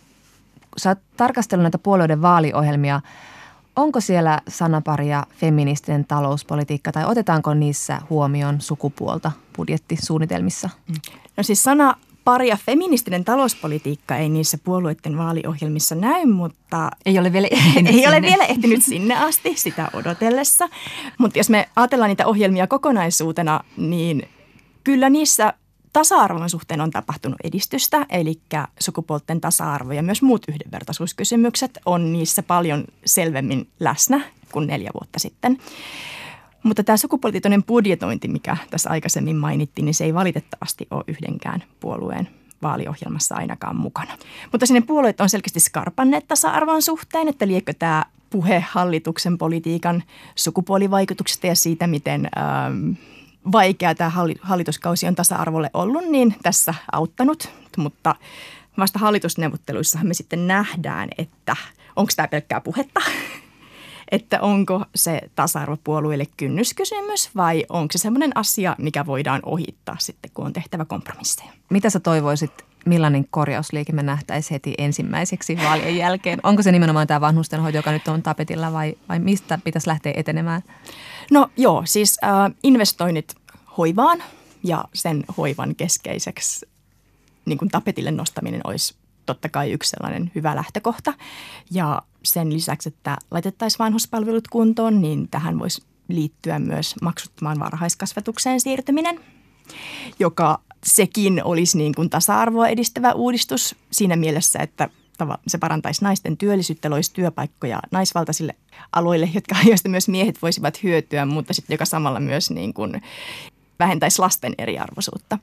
Sä oot tarkastellut näitä puolueiden vaaliohjelmia. Onko siellä sanaparia feministinen talouspolitiikka tai otetaanko niissä huomioon sukupuolta budjettisuunnitelmissa? No siis sana pari ja feministinen talouspolitiikka ei niissä puolueiden vaaliohjelmissa näy, mutta ei ole vielä ehtinyt, ei ole vielä ehtinyt sinne asti sitä odotellessa. Mutta jos me ajatellaan niitä ohjelmia kokonaisuutena, niin kyllä niissä tasa-arvon suhteen on tapahtunut edistystä, eli sukupuolten tasa-arvo ja myös muut yhdenvertaisuuskysymykset on niissä paljon selvemmin läsnä kuin neljä vuotta sitten. Mutta tämä sukupuolitietoinen budjetointi, mikä tässä aikaisemmin mainittiin, niin se ei valitettavasti ole yhdenkään puolueen vaaliohjelmassa ainakaan mukana. Mutta sinne puolueet on selkeästi skarpanneet tasa-arvon suhteen, että liekö tämä puhe hallituksen politiikan sukupuolivaikutuksista ja siitä, miten ähm, vaikea tämä hallituskausi on tasa-arvolle ollut, niin tässä auttanut. Mutta vasta hallitusneuvotteluissahan me sitten nähdään, että onko tämä pelkkää puhetta, että onko se tasa-arvopuolueille kynnyskysymys vai onko se sellainen asia, mikä voidaan ohittaa sitten, kun on tehtävä kompromisseja. Mitä sä toivoisit, millainen korjausliike me nähtäisiin heti ensimmäiseksi vaalien jälkeen? Onko se nimenomaan tämä vanhustenhoito, joka nyt on tapetilla vai, vai mistä pitäisi lähteä etenemään? No joo, siis äh, investoinnit hoivaan ja sen hoivan keskeiseksi niin kuin tapetille nostaminen olisi totta kai yksi sellainen hyvä lähtökohta. Ja sen lisäksi, että laitettaisiin vanhuspalvelut kuntoon, niin tähän voisi liittyä myös maksuttomaan varhaiskasvatukseen siirtyminen, joka sekin olisi niin kuin tasa-arvoa edistävä uudistus siinä mielessä, että se parantaisi naisten työllisyyttä, loisi työpaikkoja naisvaltaisille aloille, jotka, joista myös miehet voisivat hyötyä, mutta sitten joka samalla myös niin kuin vähentäisi lasten eriarvoisuutta.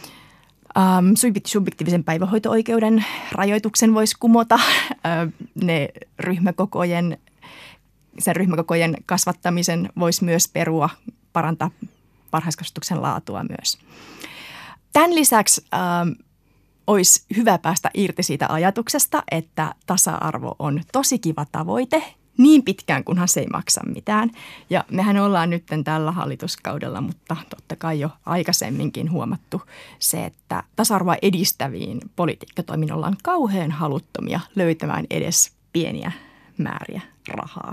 Um, subjektiivisen päivähoito-oikeuden rajoituksen voisi kumota. Uh, ne ryhmäkokojen, sen ryhmäkokojen kasvattamisen voisi myös perua, parantaa varhaiskasvatuksen laatua myös. Tämän lisäksi um, olisi hyvä päästä irti siitä ajatuksesta, että tasa-arvo on tosi kiva tavoite niin pitkään, kunhan se ei maksa mitään. Ja mehän ollaan nyt tällä hallituskaudella, mutta totta kai jo aikaisemminkin huomattu se, että tasa-arvoa edistäviin politiikkatoimiin ollaan kauhean haluttomia löytämään edes pieniä määriä rahaa.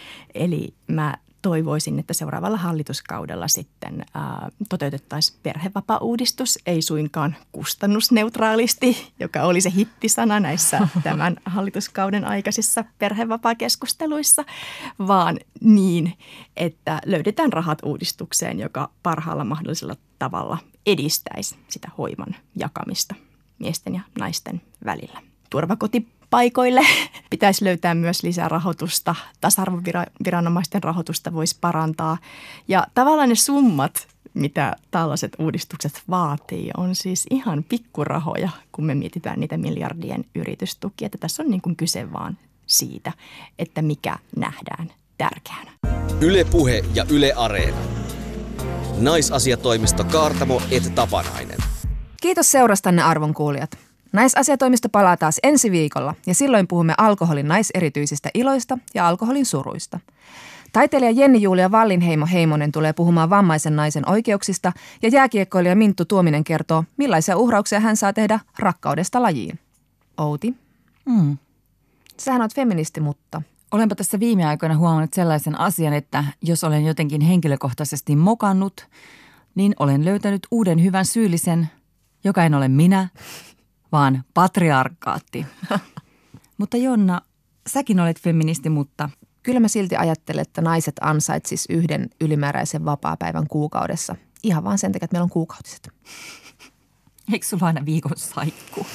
Eli mä toivoisin, että seuraavalla hallituskaudella sitten ää, toteutettaisiin perhevapaa-uudistus, ei suinkaan kustannusneutraalisti, joka oli se hittisana näissä tämän hallituskauden aikaisissa perhevapaa-keskusteluissa, vaan niin, että löydetään rahat uudistukseen, joka parhaalla mahdollisella tavalla edistäisi sitä hoivan jakamista miesten ja naisten välillä. Turvakoti paikoille pitäisi löytää myös lisää rahoitusta. Tasa-arvoviranomaisten rahoitusta voisi parantaa. Ja tavallaan ne summat, mitä tällaiset uudistukset vaatii, on siis ihan pikkurahoja, kun me mietitään niitä miljardien yritystukia. Että tässä on niin kuin kyse vaan siitä, että mikä nähdään tärkeänä. Yle Puhe ja Yle Areena. Naisasiatoimisto Kaartamo et Tapanainen. Kiitos seurastanne, arvon kuulijat. Naisasiatoimisto palaa taas ensi viikolla ja silloin puhumme alkoholin naiserityisistä iloista ja alkoholin suruista. Taiteilija Jenni-Julia Wallinheimo-Heimonen tulee puhumaan vammaisen naisen oikeuksista ja jääkiekkoilija Minttu Tuominen kertoo, millaisia uhrauksia hän saa tehdä rakkaudesta lajiin. Outi, Mm. sähän oot feministi, mutta... Olenpa tässä viime aikoina huomannut sellaisen asian, että jos olen jotenkin henkilökohtaisesti mokannut, niin olen löytänyt uuden hyvän syyllisen, joka en ole minä, vaan patriarkaatti. Mutta Jonna, säkin olet feministi, mutta... Kyllä mä silti ajattelen, että naiset ansaitsis yhden ylimääräisen vapaapäivän kuukaudessa. Ihan vaan sen takia, että meillä on kuukautiset. Eikö sulla aina viikon saikku?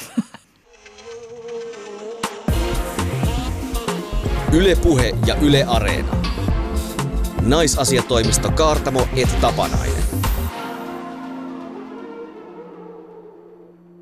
Yle Puhe ja Yle Areena. Naisasiatoimisto Kaartamo et Tapanainen.